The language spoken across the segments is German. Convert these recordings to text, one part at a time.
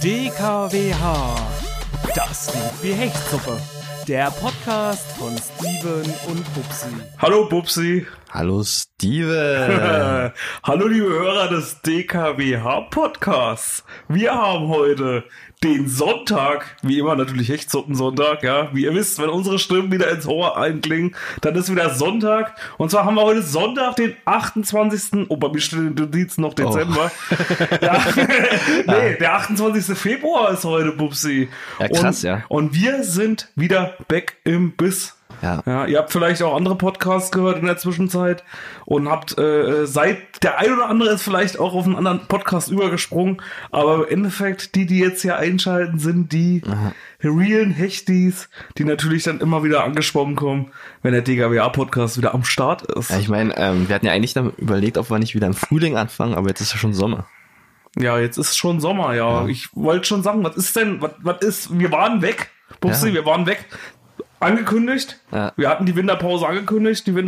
DKWH, das klingt wie Hechtsuppe. Der Podcast von Steven und Bubsi. Hallo Bubsi. Hallo Steven. Hallo liebe Hörer des DKWH Podcasts. Wir haben heute den Sonntag, wie immer natürlich Hechtsuppensonntag, ja. Wie ihr wisst, wenn unsere Stimmen wieder ins Ohr einklingen, dann ist wieder Sonntag. Und zwar haben wir heute Sonntag, den 28. Oh, bei mir steht in den Notizen noch Dezember. Oh. Ja. Nee, der 28. Februar ist heute, Bubsi. Ja, krass, ja. Und wir sind wieder back im Biss. Ja, ihr habt vielleicht auch andere Podcasts gehört in der Zwischenzeit und habt seit der ein oder andere ist vielleicht auch auf einen anderen Podcast übergesprungen, aber im Endeffekt die jetzt hier einschalten, sind die realen Hechtis, die natürlich dann immer wieder angeschwommen kommen, wenn der DKWH-Podcast wieder am Start ist. Ja, ich meine, wir hatten ja eigentlich dann überlegt, ob wir nicht wieder im Frühling anfangen, aber jetzt ist ja schon Sommer. Ja, jetzt ist schon Sommer, ja. Ich wollte schon sagen, was ist, wir waren weg, Bubsi, wir waren weg. Angekündigt. Ja. Wir hatten die Winterpause angekündigt, wir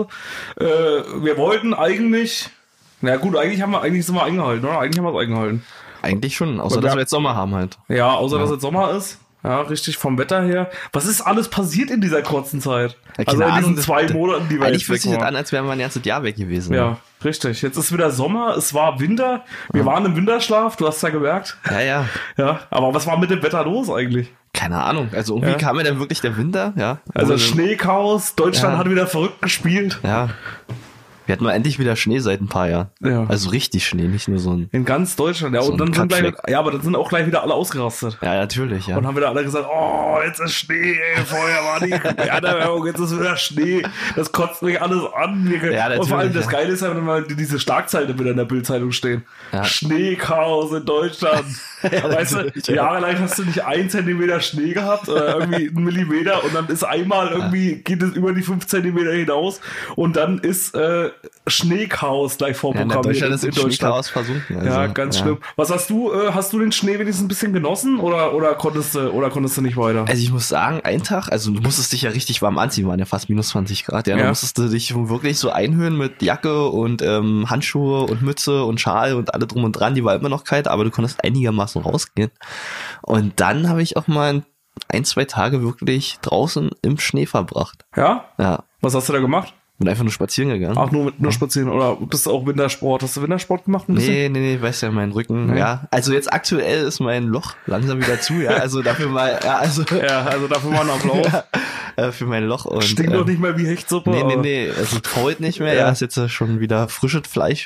wollten eigentlich, na gut, eigentlich sind wir eingehalten, oder? Eigentlich haben wir es eingehalten. Eigentlich schon, außer dass wir jetzt Sommer haben halt. Ja, außer dass jetzt Sommer ist. Ja, richtig, vom Wetter her. Was ist alles passiert in dieser kurzen Zeit? Ja, also in diesen 2 Monaten, die wir eigentlich fühlt sich das an, als wären wir ein ganzes Jahr weg gewesen. Ja, richtig. Jetzt ist wieder Sommer, es war Winter. Wir waren im Winterschlaf, du hast ja gemerkt. Ja. Ja, aber was war mit dem Wetter los eigentlich? Keine Ahnung, also irgendwie kam ja dann wirklich der Winter, ja. Also Schneechaos, Deutschland hat wieder verrückt gespielt. Ja. Wir hatten mal endlich wieder Schnee seit ein paar Jahren. Ja. Also richtig Schnee, nicht nur so ein... In ganz Deutschland, ja. So und dann sind aber dann sind auch gleich wieder alle ausgerastet. Ja, natürlich, ja. Und haben wieder alle gesagt, oh, jetzt ist Schnee, ey, vorher war die Erderwärmung, jetzt ist wieder Schnee. Das kotzt mich alles an. Und vor allem das Geile ist ja, wenn mal diese Schlagzeilen wieder in der Bildzeitung stehen. Ja. Schneechaos in Deutschland. Weißt du, jahrelang hast du nicht 1 Zentimeter Schnee gehabt oder irgendwie 1 Millimeter und dann ist einmal irgendwie, geht es über die 5 Zentimeter hinaus und dann ist Schneechaos gleich vorprogrammiert. Deutschland ist in Schneechaos versunken. Also, ja, ganz schlimm. Was hast du den Schnee wenigstens ein bisschen genossen oder konntest du nicht weiter? Also ich muss sagen, ein Tag, also du musstest dich ja richtig warm anziehen, waren ja fast minus 20 Grad, ja. Da musstest du dich wirklich so einhüllen mit Jacke und Handschuhe und Mütze und Schal und alle drum und dran, die war immer noch kalt, aber du konntest einigermaßen rausgehen. Und dann habe ich auch mal 1-2 Tage wirklich draußen im Schnee verbracht. Ja? Ja. Was hast du da gemacht? Bin einfach nur spazieren gegangen. Ach, nur spazieren oder bist du auch Wintersport? Hast du Wintersport gemacht ein bisschen? Nee, weißt ja, mein Rücken, ja. Also jetzt aktuell ist mein Loch langsam wieder zu, ja. Also dafür mal, also dafür mal einen Applaus. Für mein Loch. Und, stinkt doch nicht mehr wie Hechtsuppe. Nee, es fault nicht mehr, ja, ist jetzt schon wieder frisches Fleisch.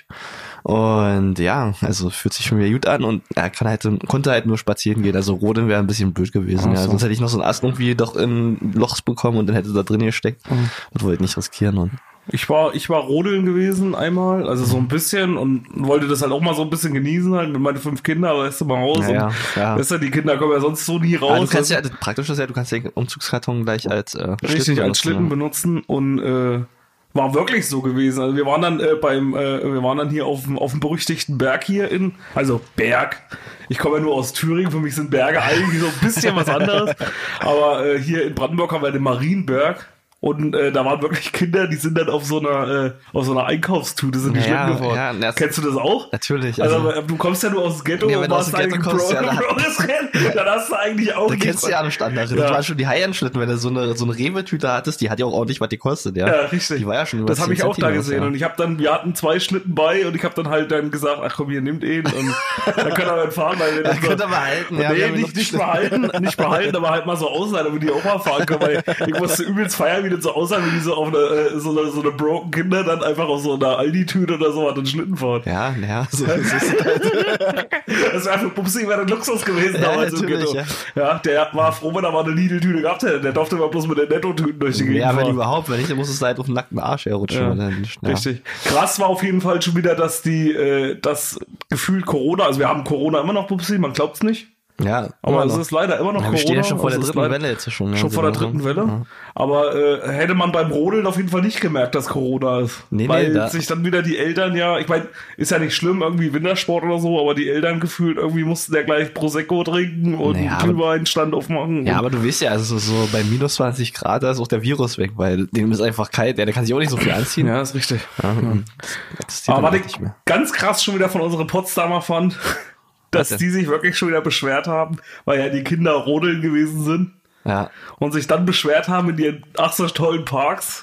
Und ja, also fühlt sich schon wieder gut an und er konnte halt nur spazieren gehen. Also Rodeln wäre ein bisschen blöd gewesen. Ja. Sonst hätte ich noch so einen Ast irgendwie doch in Lochs bekommen und dann hätte er da drin gesteckt und wollte nicht riskieren. Und ich war Rodeln gewesen einmal, also so ein bisschen und wollte das halt auch mal so ein bisschen genießen halt mit meinen 5 Kindern, aber weißt du, mal raus. Ja. Weißt du, die Kinder kommen ja sonst so nie raus. Du kannst praktisch ist ja, du kannst den Umzugskarton gleich als Schlitten benutzen und war wirklich so gewesen. Also wir waren dann hier auf dem berüchtigten Berg hier also Berg. Ich komme ja nur aus Thüringen, für mich sind Berge eigentlich so ein bisschen was anderes. Aber hier in Brandenburg haben wir den Marienberg. Und da waren wirklich Kinder, die sind dann auf so einer Einkaufstute sind die Schlitten gefahren. Ja, kennst du das auch? Natürlich. Also du kommst ja nur aus dem Ghetto und warst eigentlich dann hast du eigentlich auch nichts. Da kennst du ja einen Standard. Das waren schon die High-End-Schlitten, wenn du so eine Rewe-Tüte hattest, die hat ja auch ordentlich was gekostet, ja. Ja, richtig. Die war ja schon über das habe ich auch da gesehen und wir hatten 2 Schlitten bei und ich habe dann halt gesagt, ach komm, hier, nimmt ihn und dann könnt ihr dann fahren. Weil dann könnt ihr behalten. Nee, nicht behalten, aber halt mal so ausleihen, damit die auch mal fahren können, weil ich musste übelst feiern, wie das so aussah, wie die so auf so eine broken Kinder dann einfach auf so einer Aldi-Tüte oder so hat einen Schlitten fahren. Ja, so ist es halt. Das wäre für Pupsi ein Luxus gewesen damals im Ghetto. Ja, der war froh, wenn er mal eine Lidl-Tüte gehabt hätte. Der durfte mal bloß mit den Netto-Tüten durch die Gegend fahren. Ja, wenn überhaupt, wenn nicht, dann muss es halt auf den nackten Arsch herrutschen. Ja, richtig. Krass war auf jeden Fall schon wieder, dass das gefühlt Corona, also wir haben Corona immer noch, Pupsi, man glaubt's nicht. Ja, aber es ist leider immer noch Corona. Wir stehen ja schon vor der dritten Welle jetzt schon. Schon vor der dritten Welle. Ja. Aber hätte man beim Rodeln auf jeden Fall nicht gemerkt, dass Corona ist. Weil sich dann wieder die Eltern ich meine, ist ja nicht schlimm, irgendwie Wintersport oder so, aber die Eltern gefühlt irgendwie mussten ja gleich Prosecco trinken und Glühwein Stand aufmachen. Ja, aber du weißt ja, also so bei minus 20 Grad, da ist auch der Virus weg, weil dem ist einfach kalt, der kann sich auch nicht so viel anziehen. Ja, ist richtig. Ja. Aber was ich ganz krass schon wieder von unserer Potsdamer fand, dass die sich wirklich schon wieder beschwert haben, weil ja die Kinder rodeln gewesen sind. Ja. Und sich dann beschwert haben in ihren ach so tollen Parks,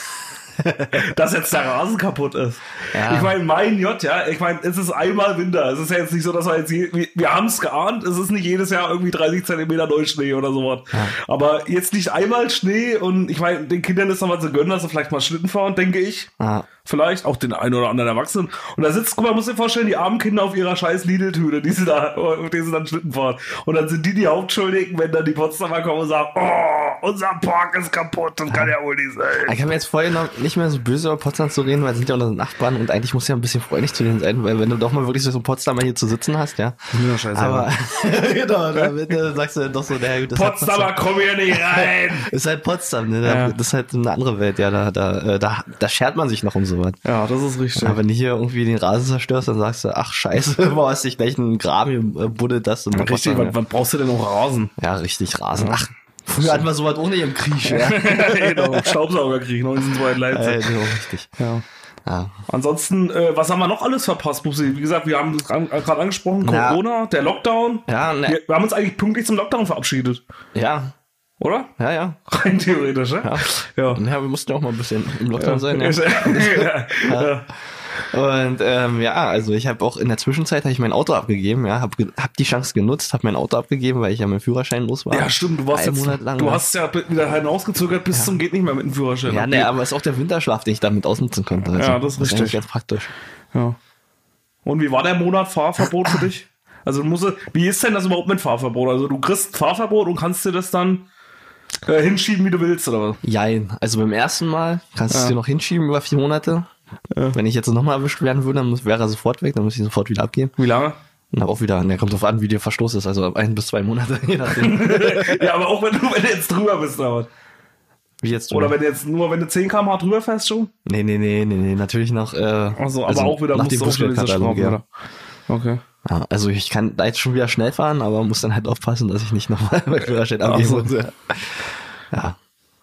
dass jetzt der Rasen kaputt ist. Ja. Ich meine, mein Gott, ja, ich meine, es ist einmal Winter. Es ist ja jetzt nicht so, dass wir wir haben es geahnt, es ist nicht jedes Jahr irgendwie 30 Zentimeter Neuschnee oder sowas. Ja. Aber jetzt nicht einmal Schnee und ich meine, den Kindern ist noch mal zu gönnen, dass sie vielleicht mal Schlitten fahren, denke ich. Ja. Vielleicht auch den einen oder anderen Erwachsenen. Und da sitzt, guck mal, muss dir vorstellen, die armen Kinder auf ihrer scheiß Lidl-Tüte, die sie dann Schlitten fahren. Und dann sind die Hauptschuldigen, wenn dann die Potsdamer kommen und sagen, oh, unser Park ist kaputt, das kann ja wohl nicht sein. Ich habe mir jetzt vorher noch nicht mehr so böse über Potsdam zu reden, weil sie sind ja unsere Nachbarn und eigentlich muss ja ein bisschen freundlich zu denen sein, weil wenn du doch mal wirklich so Potsdamer hier zu sitzen hast, ja. Das ist mir doch scheiße. Aber genau, da sagst du doch so, das Potsdamer, komm hier nicht rein! Ist halt Potsdam, ne? Ja. Das ist halt eine andere Welt, ja. Da schert man sich noch um sowas. Ja, das ist richtig. Aber wenn du hier irgendwie den Rasen zerstörst, dann sagst du, ach scheiße, wo hast du dich gleich einen Graben buddelt das? Und richtig, wann brauchst du denn noch Rasen? Ja, richtig, Rasen. Ach, früher hatten wir sowas ohne im Krieg, ja. Genau, Staubsaugerkrieg, 1902 in Leipzig. Genau, richtig. Ja. Ansonsten, was haben wir noch alles verpasst, Bubsi? Wie gesagt, wir haben es gerade angesprochen, Corona, der Lockdown. Ja, ne. Wir haben uns eigentlich pünktlich zum Lockdown verabschiedet. Ja. Oder? Ja. Rein theoretisch, ne? Ja, wir mussten ja auch mal ein bisschen im Lockdown sein. Ja. Ja. Und also ich habe auch in der Zwischenzeit mein Auto abgegeben, ja, hab die Chance genutzt, habe mein Auto abgegeben, weil ich ja mit dem Führerschein los war. Ja, stimmt, du warst Monat lang. Du hast ja wieder hinausgezögert bis zum geht nicht mehr mit dem Führerschein. Ja, ne, aber es ist auch der Winterschlaf, den ich damit ausnutzen konnte. Also, ja, das ist richtig. Ganz praktisch. Ja. Und wie war der Monat Fahrverbot für dich? Also wie ist denn das überhaupt mit Fahrverbot? Also du kriegst Fahrverbot und kannst dir das dann hinschieben, wie du willst, oder was? Jein. Also beim ersten Mal kannst du es dir noch hinschieben über 4 Monate. Ja. Wenn ich jetzt nochmal erwischt werden würde, dann wäre er sofort weg, dann muss ich ihn sofort wieder abgeben. Wie lange? Und auch wieder, kommt drauf an, wie der Verstoß ist, also 1 bis 2 Monate, je nachdem. Ja, aber auch wenn du jetzt drüber bist, aber. Wie jetzt drüber? Oder wenn du 10 km/h drüber fährst schon? Nee, natürlich noch. Also aber auch wieder nach dem Bußgeldkatalog, ja. Okay. Ja, also ich kann da jetzt schon wieder schnell fahren, aber muss dann halt aufpassen, dass ich nicht nochmal mein Führerschein abgeben muss. Ja.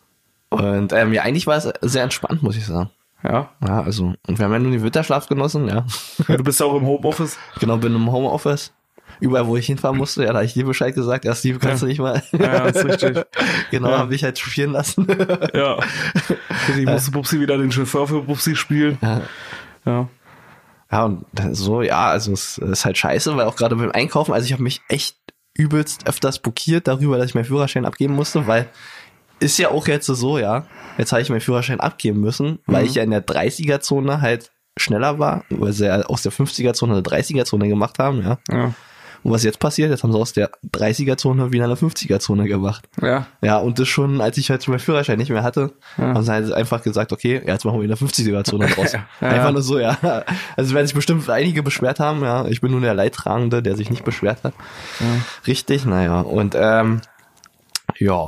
Und eigentlich war es sehr entspannt, muss ich sagen. Ja, also, und wir haben ja nur den Winterschlaf genossen, ja. Du bist ja auch im Homeoffice. Genau, bin im Homeoffice. Überall, wo ich hinfahren musste, da habe ich dir Bescheid gesagt, Steve, kannst du nicht mal. Ja, das ist richtig. Genau, habe ich halt chauffieren lassen. Ja. Ich musste Bubsi wieder den Chauffeur für Bubsi spielen. Ja. Ja, und so, also es ist halt scheiße, weil auch gerade beim Einkaufen, also ich habe mich echt übelst öfters blockiert darüber, dass ich meinen Führerschein abgeben musste, weil ist ja auch jetzt so, ja. Jetzt habe ich meinen Führerschein abgeben müssen, weil ich ja in der 30er-Zone halt schneller war, weil sie ja aus der 50er-Zone eine 30er-Zone gemacht haben, ja. Und was jetzt passiert? Jetzt haben sie aus der 30er-Zone wieder eine 50er-Zone gemacht. Ja. Ja, und das schon, als ich halt meinen Führerschein nicht mehr hatte, haben sie halt einfach gesagt, okay, jetzt machen wir eine 50er-Zone draus. Einfach nur so, ja. Also werden sich bestimmt einige beschwert haben, ja. Ich bin nur der Leidtragende, der sich nicht beschwert hat. Ja. Richtig, naja. Und ja.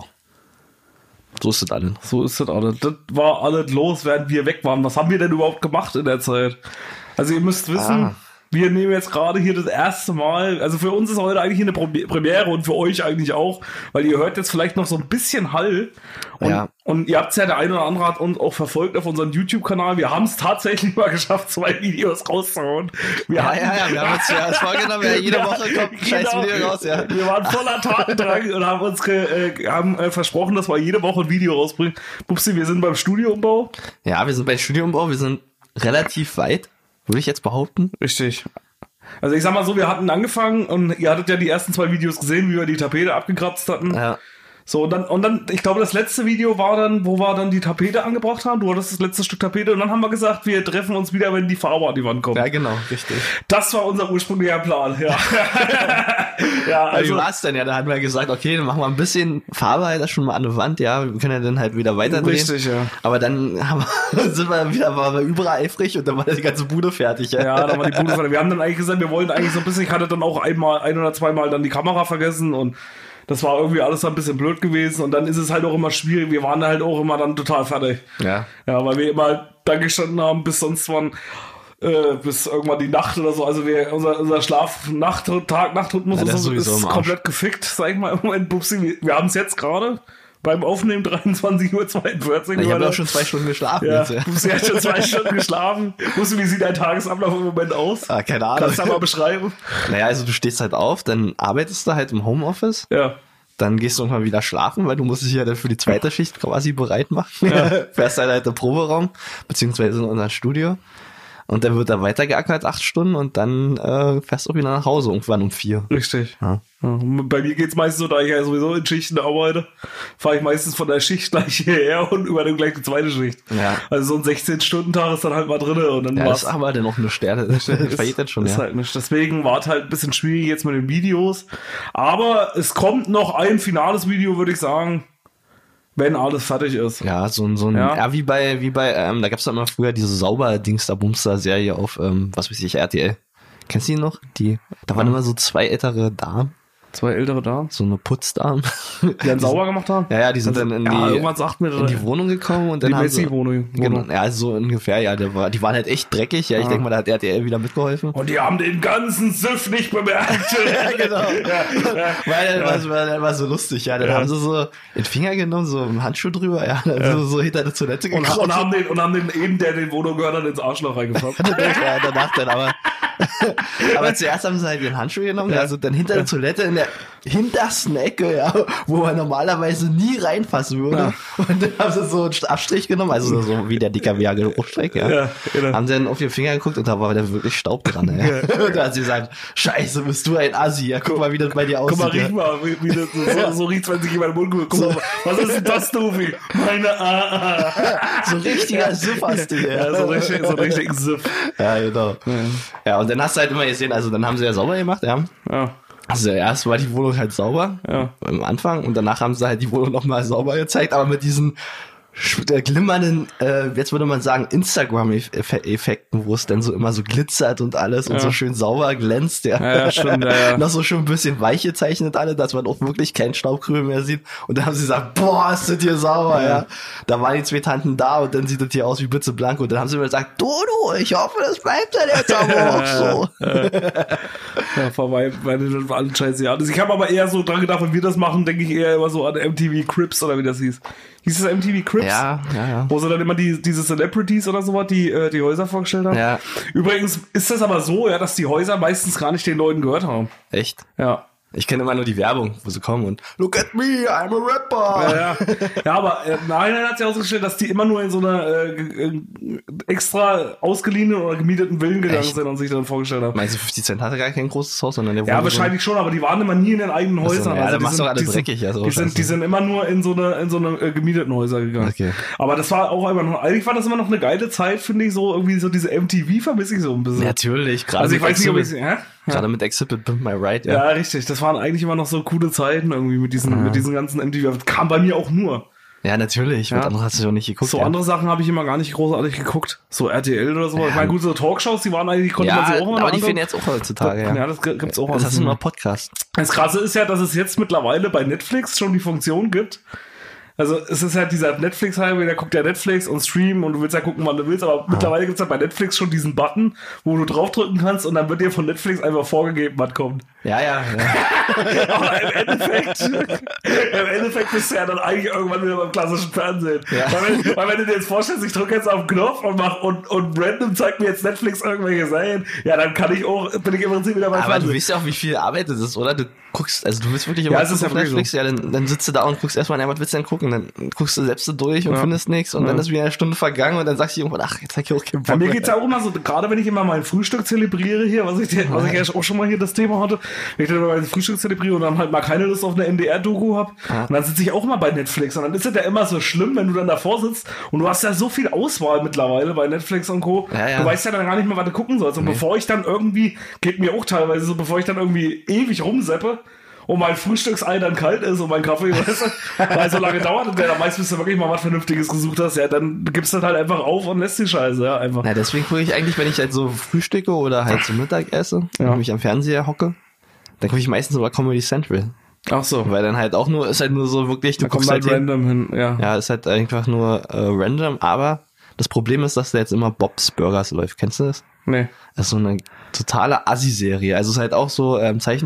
So ist das alles. Das war alles los, während wir weg waren. Was haben wir denn überhaupt gemacht in der Zeit? Also ihr müsst wissen, wir nehmen jetzt gerade hier das erste Mal, also für uns ist heute eigentlich eine Premiere und für euch eigentlich auch, weil ihr hört jetzt vielleicht noch so ein bisschen Hall und ihr habt es ja, der eine oder andere hat uns auch verfolgt auf unserem YouTube-Kanal. Wir haben es tatsächlich mal geschafft, 2 Videos rauszuhauen. Wir haben uns ja vorgenommen, jede Woche kommt ein scheiß Video raus. Ja. Wir waren voller Tatendrang und haben uns versprochen, dass wir jede Woche ein Video rausbringen. Bubsi, wir sind beim Studioumbau. Ja, wir sind beim Studioumbau, wir sind relativ weit. Würde ich jetzt behaupten? Richtig. Also ich sag mal so, wir hatten angefangen und ihr hattet ja die ersten 2 Videos gesehen, wie wir die Tapete abgekratzt hatten. Ja. So, und dann, ich glaube, das letzte Video war dann, wo wir dann die Tapete angebracht haben. Du hattest das letzte Stück Tapete und dann haben wir gesagt, wir treffen uns wieder, wenn die Farbe an die Wand kommt. Ja, genau, richtig. Das war unser ursprünglicher Plan, ja. Ja, also. Wie war's denn? Ja, da hatten wir gesagt, okay, dann machen wir ein bisschen Farbe halt schon mal an der Wand, ja. Wir können ja dann halt wieder weiterdrehen. Richtig, ja. Aber dann waren wir überall eifrig und dann war die ganze Bude fertig, ja. Ja, dann war die Bude fertig. Wir haben dann eigentlich gesagt, wir wollen eigentlich so ein bisschen, ich hatte dann auch ein oder zweimal dann die Kamera vergessen und das war irgendwie alles ein bisschen blöd gewesen und dann ist es halt auch immer schwierig. Wir waren halt auch immer dann total fertig. Ja. Ja, weil wir immer da gestanden haben, bis sonst wann, bis irgendwann die Nacht oder so. Also unser Schlaf-Tag-Nacht-Rhythmus ist komplett gefickt, sag ich mal im Moment, Bubsi. Wir haben es jetzt gerade beim Aufnehmen 23:42 Uhr. Ich habe auch schon 2 Stunden geschlafen. Ja, du hast ja schon 2 Stunden geschlafen. Wie sieht dein Tagesablauf im Moment aus? Keine Ahnung. Kannst du mal beschreiben? Naja, also du stehst halt auf, dann arbeitest du halt im Homeoffice. Ja. Dann gehst du irgendwann wieder schlafen, weil du musst dich ja dann für die zweite Schicht quasi bereit machen. Ja. Fährst halt im Proberaum, beziehungsweise in unser Studio. Und dann wird da weitergeackert 8 Stunden und dann fährst du auch wieder nach Hause irgendwann um 4. Richtig. Ja. Bei mir geht's meistens so, da ich ja sowieso in Schichten arbeite, fahre ich meistens von der Schicht gleich hierher und übernehme gleich die zweite Schicht. Ja. Also so ein 16-Stunden-Tag ist dann halt mal drin und dann das ist aber dann noch eine Sterne. Das vergeht dann schon, ist halt nicht. Deswegen war es halt ein bisschen schwierig jetzt mit den Videos. Aber es kommt noch ein finales Video, würde ich sagen, wenn alles fertig ist. Ja, so ein wie bei, da gab's doch immer früher diese Sauber-Dingster-Bumster-Serie auf, was weiß ich, RTL. Kennst du die noch? Da waren immer so 2 ältere Damen. 2 ältere Damen? So eine Putzdamen. Die dann sauber gemacht haben? Ja, die sind dann in die Wohnung gekommen und dann die Messi-Wohnung. Genau, ja, so ungefähr, ja. Die waren halt echt dreckig, ja. Ich denke mal, da hat RTL wieder mitgeholfen. Und die haben den ganzen Süff nicht bemerkt. Ja, genau. Weil das war so lustig, ja. Dann haben sie so den Finger genommen, so einen Handschuh drüber, ja. Also so hinter der Toilette gekommen. Und haben den eben, der den Wohnung gehört hat, ins Arschloch reingefasst. Ja, danach dann, aber zuerst haben sie halt den Handschuh genommen, also dann hinter der Toilette in der hintersten Ecke, ja, wo man normalerweise nie reinfassen würde. Ja. Und dann haben sie so einen Abstrich genommen, also so wie der DKW-Geruchstreck, ja. Genau. Haben sie dann auf ihren Finger geguckt und da war da wirklich Staub dran, ja. Ja. Und da hat sie gesagt, Scheiße, bist du ein Assi, ja, guck mal, wie das bei dir aussieht. Guck mal, riech mal, wie das so riecht, wenn sich jemand im Mund guckt. Guck mal, was ist denn das, Dufi? Meine So richtiger Siff hast du, ja. Ja, so richtig Siff. Ja, genau. Ja, und dann hast du halt immer gesehen, also dann haben sie ja sauber gemacht, ja. Also erst war die Wohnung halt sauber am Anfang und danach haben sie halt die Wohnung nochmal sauber gezeigt, aber mit diesen glimmernden, jetzt würde man sagen, Instagram-Effekten, wo es dann so immer so glitzert und alles und so schön sauber glänzt, stimmt, noch so schön ein bisschen weich gezeichnet alle, dass man auch wirklich keinen Staubkrümel mehr sieht und dann haben sie gesagt, boah, ist das hier sauber, ja. Da waren die 2 Tanten da und dann sieht das hier aus wie blitzeblank und dann haben sie mir gesagt, Dodo, ich hoffe, das bleibt dann jetzt aber auch so. Ja, vorbei, meine alle scheiße. Also ich habe aber eher so dran gedacht, wenn wir das machen, denke ich eher immer so an MTV Cribs oder wie das hieß. Hieß das MTV Cribs? Ja. Wo sie dann immer diese Celebrities oder sowas, die Häuser vorgestellt haben. Ja. Übrigens ist das aber so, ja, dass die Häuser meistens gar nicht den Leuten gehört haben. Echt? Ja. Ich kenne immer nur die Werbung, wo sie kommen und look at me, I'm a rapper. Ja, aber nachhinein hat sie ausgestellt, dass die immer nur in so einer extra ausgeliehenen oder gemieteten Villen gegangen sind und sich dann vorgestellt haben. Meinst du, 50 Cent hatte gar kein großes Haus, sondern der ja, wahrscheinlich schon, aber die waren immer nie in den eigenen Häusern. Ja, also machst du alle dreckig. Also die sind immer nur in so eine gemieteten Häuser gegangen. Okay. Aber das war auch eigentlich war das immer noch eine geile Zeit, finde ich, so irgendwie so diese MTV vermisse ich so ein bisschen. Natürlich, gerade also ich weiß nicht, ob ich gerade mit Exhibit Pimp My Ride, ja, richtig. Das waren eigentlich immer noch so coole Zeiten irgendwie mit diesen ganzen MTV. Das kam bei mir auch nur. Ja, natürlich. Ja. Andere hast du ja nicht geguckt. So andere Sachen habe ich immer gar nicht großartig geguckt. So RTL oder so. Ja. Ich meine, gut, so Talkshows, die waren eigentlich, konnte man sie auch immer aber die fehlen jetzt auch heutzutage, ja. Ja, das gibt's auch. Das hast du nur Podcast. Das Krasse ist ja, dass es jetzt mittlerweile bei Netflix schon die Funktion gibt. Also es ist halt dieser Netflix-Hype, der guckt ja Netflix und streamen und du willst ja gucken, wann du willst, aber mittlerweile gibt's ja bei Netflix schon diesen Button, wo du draufdrücken kannst und dann wird dir von Netflix einfach vorgegeben, was kommt. Ja. Aber im Endeffekt bist du ja dann eigentlich irgendwann wieder beim klassischen Fernsehen. Ja. Weil wenn du dir jetzt vorstellst, ich drücke jetzt auf den Knopf und random zeigt mir jetzt Netflix irgendwelche Serien, ja, dann bin ich im Prinzip wieder beim Fernsehen. Aber du weißt ja auch, wie viel Arbeit das ist, oder? Du guckst, also du willst wirklich immer auf Netflix, so. Ja, dann sitzt du da und guckst erstmal, was willst du denn gucken? Dann guckst du selbst durch und findest nichts und dann ist wieder eine Stunde vergangen und dann sagst du irgendwann, ach, jetzt hab ich auch keinen Bock. Bei mir geht's ja auch immer so, gerade wenn ich immer mein Frühstück zelebriere hier, was ich ja auch schon mal hier das Thema hatte, wenn ich dann mein Frühstück zelebriere und dann halt mal keine Lust auf eine NDR-Doku hab, und dann sitze ich auch immer bei Netflix und dann ist es ja immer so schlimm, wenn du dann davor sitzt und du hast ja so viel Auswahl mittlerweile bei Netflix und Co. Ja. Du weißt ja dann gar nicht mehr, was du gucken sollst und bevor ich dann irgendwie, geht mir auch teilweise so, bevor ich dann irgendwie ewig rumseppe, und mein Frühstücksei dann kalt ist und mein Kaffee, weißt du, weil so lange dauert und dann meist bis du wirklich mal was Vernünftiges gesucht hast, ja, dann gibst du das halt einfach auf und lässt die Scheiße, ja, einfach. Ja, deswegen gucke ich eigentlich, wenn ich halt so frühstücke oder halt so Mittag esse, wenn ich mich am Fernseher hocke, dann gucke ich meistens über Comedy Central. Ach so. Weil dann halt auch nur, ist halt nur so wirklich, du guckst halt random hin, ja. Ja, ist halt einfach nur random, aber das Problem ist, dass da jetzt immer Bob's Burgers läuft. Kennst du das? Nee. Das ist so eine totale Assi-Serie. Also ist halt auch so Zeichentrick.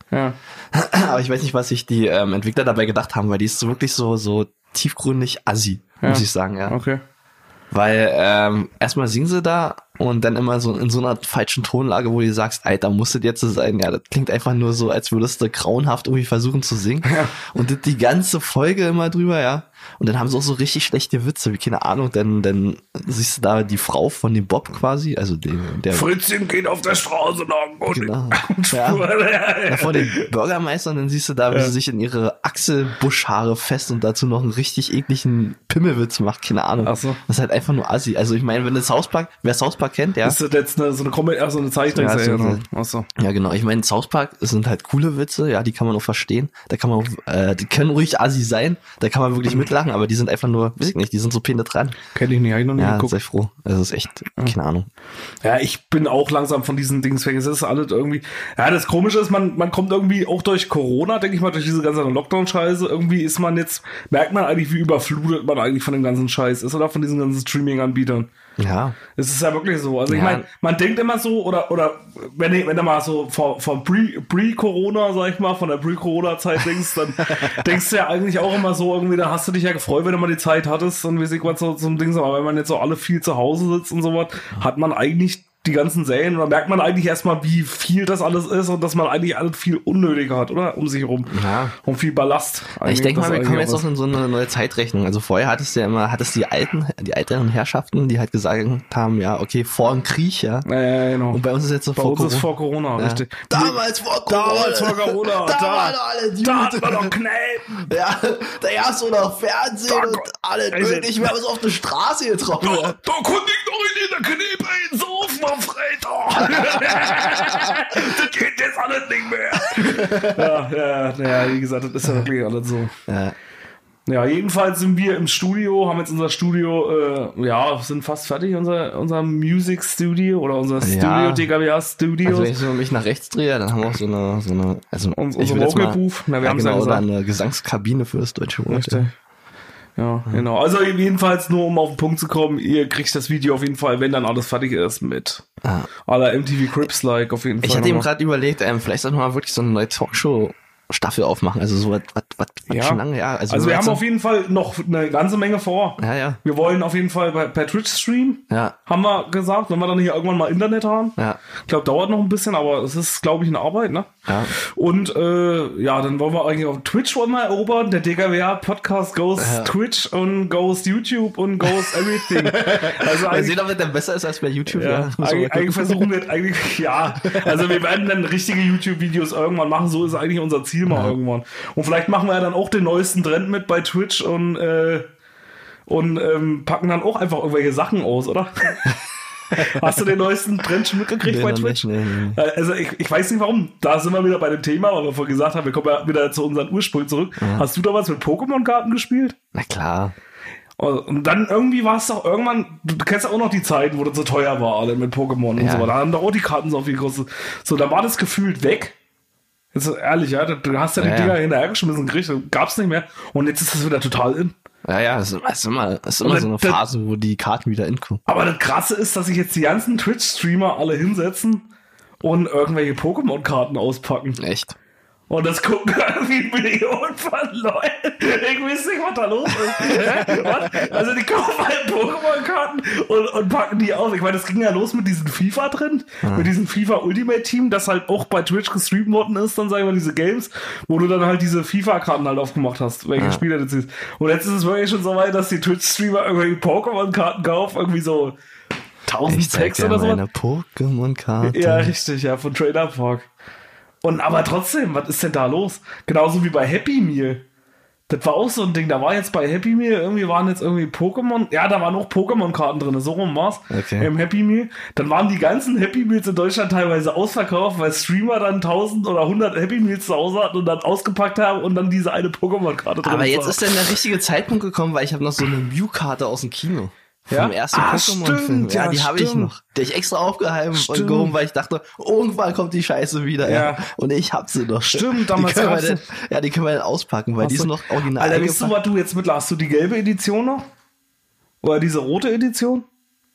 Ja. Aber ich weiß nicht, was sich die Entwickler dabei gedacht haben, weil die ist so wirklich so tiefgründig assi, muss ich sagen, ja. Okay. Weil erstmal singen sie da und dann immer so in so einer falschen Tonlage, wo du sagst, Alter, muss das jetzt so sein? Ja, das klingt einfach nur so, als würdest du grauenhaft irgendwie versuchen zu singen. Ja. Und das die ganze Folge immer drüber, ja. Und dann haben sie auch so richtig schlechte Witze, wie keine Ahnung, dann siehst du da die Frau von dem Bob quasi, also der Fritzchen geht auf der Straße lang und genau. Ja, vor dem Bürgermeister und dann siehst du da, wie sie sich in ihre Achselbuschhaare fest und dazu noch einen richtig ekligen Pimmelwitz macht, keine Ahnung. Ach so. Das ist halt einfach nur assi. Also ich meine, wenn wer South Park kennt, ja. Ist das jetzt so eine Zeichentrickserie? Ja, ach so. Ja, genau. Ich meine, South Park sind halt coole Witze, ja, die kann man auch verstehen. Da kann man auch, die können ruhig assi sein, da kann man wirklich mitlachen, aber die sind einfach nur, weiß ich nicht, die sind so penetrant. Kenn ich nicht, hab ich noch nie geguckt. Sei froh. Also ist echt, keine Ahnung. Ja, ich bin auch langsam von diesen Dings weg. Es ist alles irgendwie, ja, das Komische ist, man kommt irgendwie auch durch Corona, denke ich mal, durch diese ganze Lockdown-Scheiße, irgendwie ist man jetzt, merkt man eigentlich, wie überflutet man eigentlich von dem ganzen Scheiß ist oder von diesen ganzen Streaming-Anbietern. Ja. Es ist ja wirklich so. Also ich meine, man denkt immer so, oder wenn du mal so von Pre-Corona, sag ich mal, von der Pre-Corona-Zeit denkst, dann denkst du ja eigentlich auch immer so, irgendwie, da hast du dich ja gefreut, wenn du mal die Zeit hattest und wie sich was so zum Ding, aber wenn man jetzt so alle viel zu Hause sitzt und sowas, hat man eigentlich die ganzen Serien, oder merkt man eigentlich erstmal, wie viel das alles ist und dass man eigentlich alles viel unnötiger hat, oder? Um sich herum. Ja. Und viel Ballast. Ich denke mal, wir kommen jetzt auch in so eine neue Zeitrechnung. Also vorher hattest du ja immer, die älteren Herrschaften, die halt gesagt haben, ja, okay, vor dem Krieg, ja. Ja, genau. Und bei uns ist jetzt so vor Corona. Bei uns ist vor Corona, richtig. Damals vor Corona. Da waren alle Juden. Da hatten wir noch Kneipen. Ja, da gab's so noch Fernsehen und alle König. Wir haben uns auf der Straße getroffen. Da konnte ich noch in der Kneipe einsaufen am Freitag. Das geht jetzt alles nicht mehr. Ja, wie gesagt, das ist ja wirklich alles so. Ja, jedenfalls sind wir im Studio, haben jetzt unser Studio, sind fast fertig, unser Music Studio oder unser Studio, DKWA Studio. Also wenn ich so mich nach rechts drehe, dann haben wir auch so eine also ich will jetzt mal, wir haben genau, oder eine Gesangskabine für das deutsche Wort. Richtig. Ja, genau. Also jedenfalls nur, um auf den Punkt zu kommen, ihr kriegt das Video auf jeden Fall, wenn dann alles fertig ist, mit aller MTV Cribs-like auf jeden Fall. Ich hatte eben gerade überlegt, vielleicht sollten wir mal wirklich so eine neue Talkshow-Staffel aufmachen, also so was schon lange, ja. Also wir haben auf jeden Fall noch eine ganze Menge vor. Ja. Wir wollen auf jeden Fall per Twitch streamen, haben wir gesagt, wenn wir dann hier irgendwann mal Internet haben. Ja. Ich glaube, dauert noch ein bisschen, aber es ist, glaube ich, eine Arbeit, ne? Ja. Und dann wollen wir eigentlich auf Twitch erobern. Der DKWA Podcast goes Twitch und goes YouTube und goes everything. Also mal sehen, ob das dann besser ist als bei YouTube. Ja. Eigentlich versuchen wir also wir werden dann richtige YouTube-Videos irgendwann machen, so ist eigentlich unser Ziel mal irgendwann. Und vielleicht machen wir ja dann auch den neuesten Trend mit bei Twitch und packen dann auch einfach irgendwelche Sachen aus, oder? Hast du den neuesten Trend schon mitgekriegt bei Twitch? Nee. Also ich weiß nicht warum. Da sind wir wieder bei dem Thema, weil wir vorhin gesagt haben, wir kommen ja wieder zu unseren Ursprüngen zurück. Ja. Hast du da was mit Pokémon-Karten gespielt? Na klar. Und dann irgendwie war es doch irgendwann, du kennst ja auch noch die Zeiten, wo das so teuer war, alle mit Pokémon und so. Da haben doch auch die Karten so viel große. So, da war das gefühlt weg. Jetzt ehrlich, ja, du hast ja die Dinger hinterhergeschmissen gekriegt, gab's nicht mehr. Und jetzt ist das wieder total in. Ja, es ist immer so eine Phase, wo die Karten wieder inkommen. Aber das Krasse ist, dass sich jetzt die ganzen Twitch-Streamer alle hinsetzen und irgendwelche Pokémon-Karten auspacken. Echt? Und das gucken irgendwie Millionen von Leuten. Ich weiß nicht, was da los ist. Also die kaufen halt Pokémon-Karten und packen die aus. Ich meine, das ging ja los mit diesem FIFA drin, mit diesem FIFA Ultimate Team, das halt auch bei Twitch gestreamt worden ist, dann sagen wir diese Games, wo du dann halt diese FIFA-Karten halt aufgemacht hast, welche Spieler du siehst. Und jetzt ist es wirklich schon so weit, dass die Twitch-Streamer irgendwelche Pokémon-Karten kaufen, irgendwie so 1000 Packs oder so. Eine Pokémon-Karte. Ja, richtig, ja, von Trader Park. Aber trotzdem, was ist denn da los? Genauso wie bei Happy Meal. Das war auch so ein Ding, da war jetzt bei Happy Meal, waren jetzt Pokémon, da waren auch Pokémon-Karten drin, so rum war's. Okay. Im Happy Meal. Dann waren die ganzen Happy Meals in Deutschland teilweise ausverkauft, weil Streamer dann 1000 oder 100 Happy Meals zu Hause hatten und dann ausgepackt haben und dann diese eine Pokémon-Karte drin. Aber jetzt ist dann der richtige Zeitpunkt gekommen, weil ich habe noch so eine Mew-Karte aus dem Kino. Vom ersten Pokémon-Film. Ja, die habe ich noch. Die ich extra aufgehoben und gehoben, weil ich dachte, irgendwann kommt die Scheiße wieder. Ja. Und ich hab sie noch. Stimmt, damals die können wir dann auspacken, weil die sind noch original. Alter, weißt du, was du jetzt hast du die gelbe Edition noch? Oder diese rote Edition?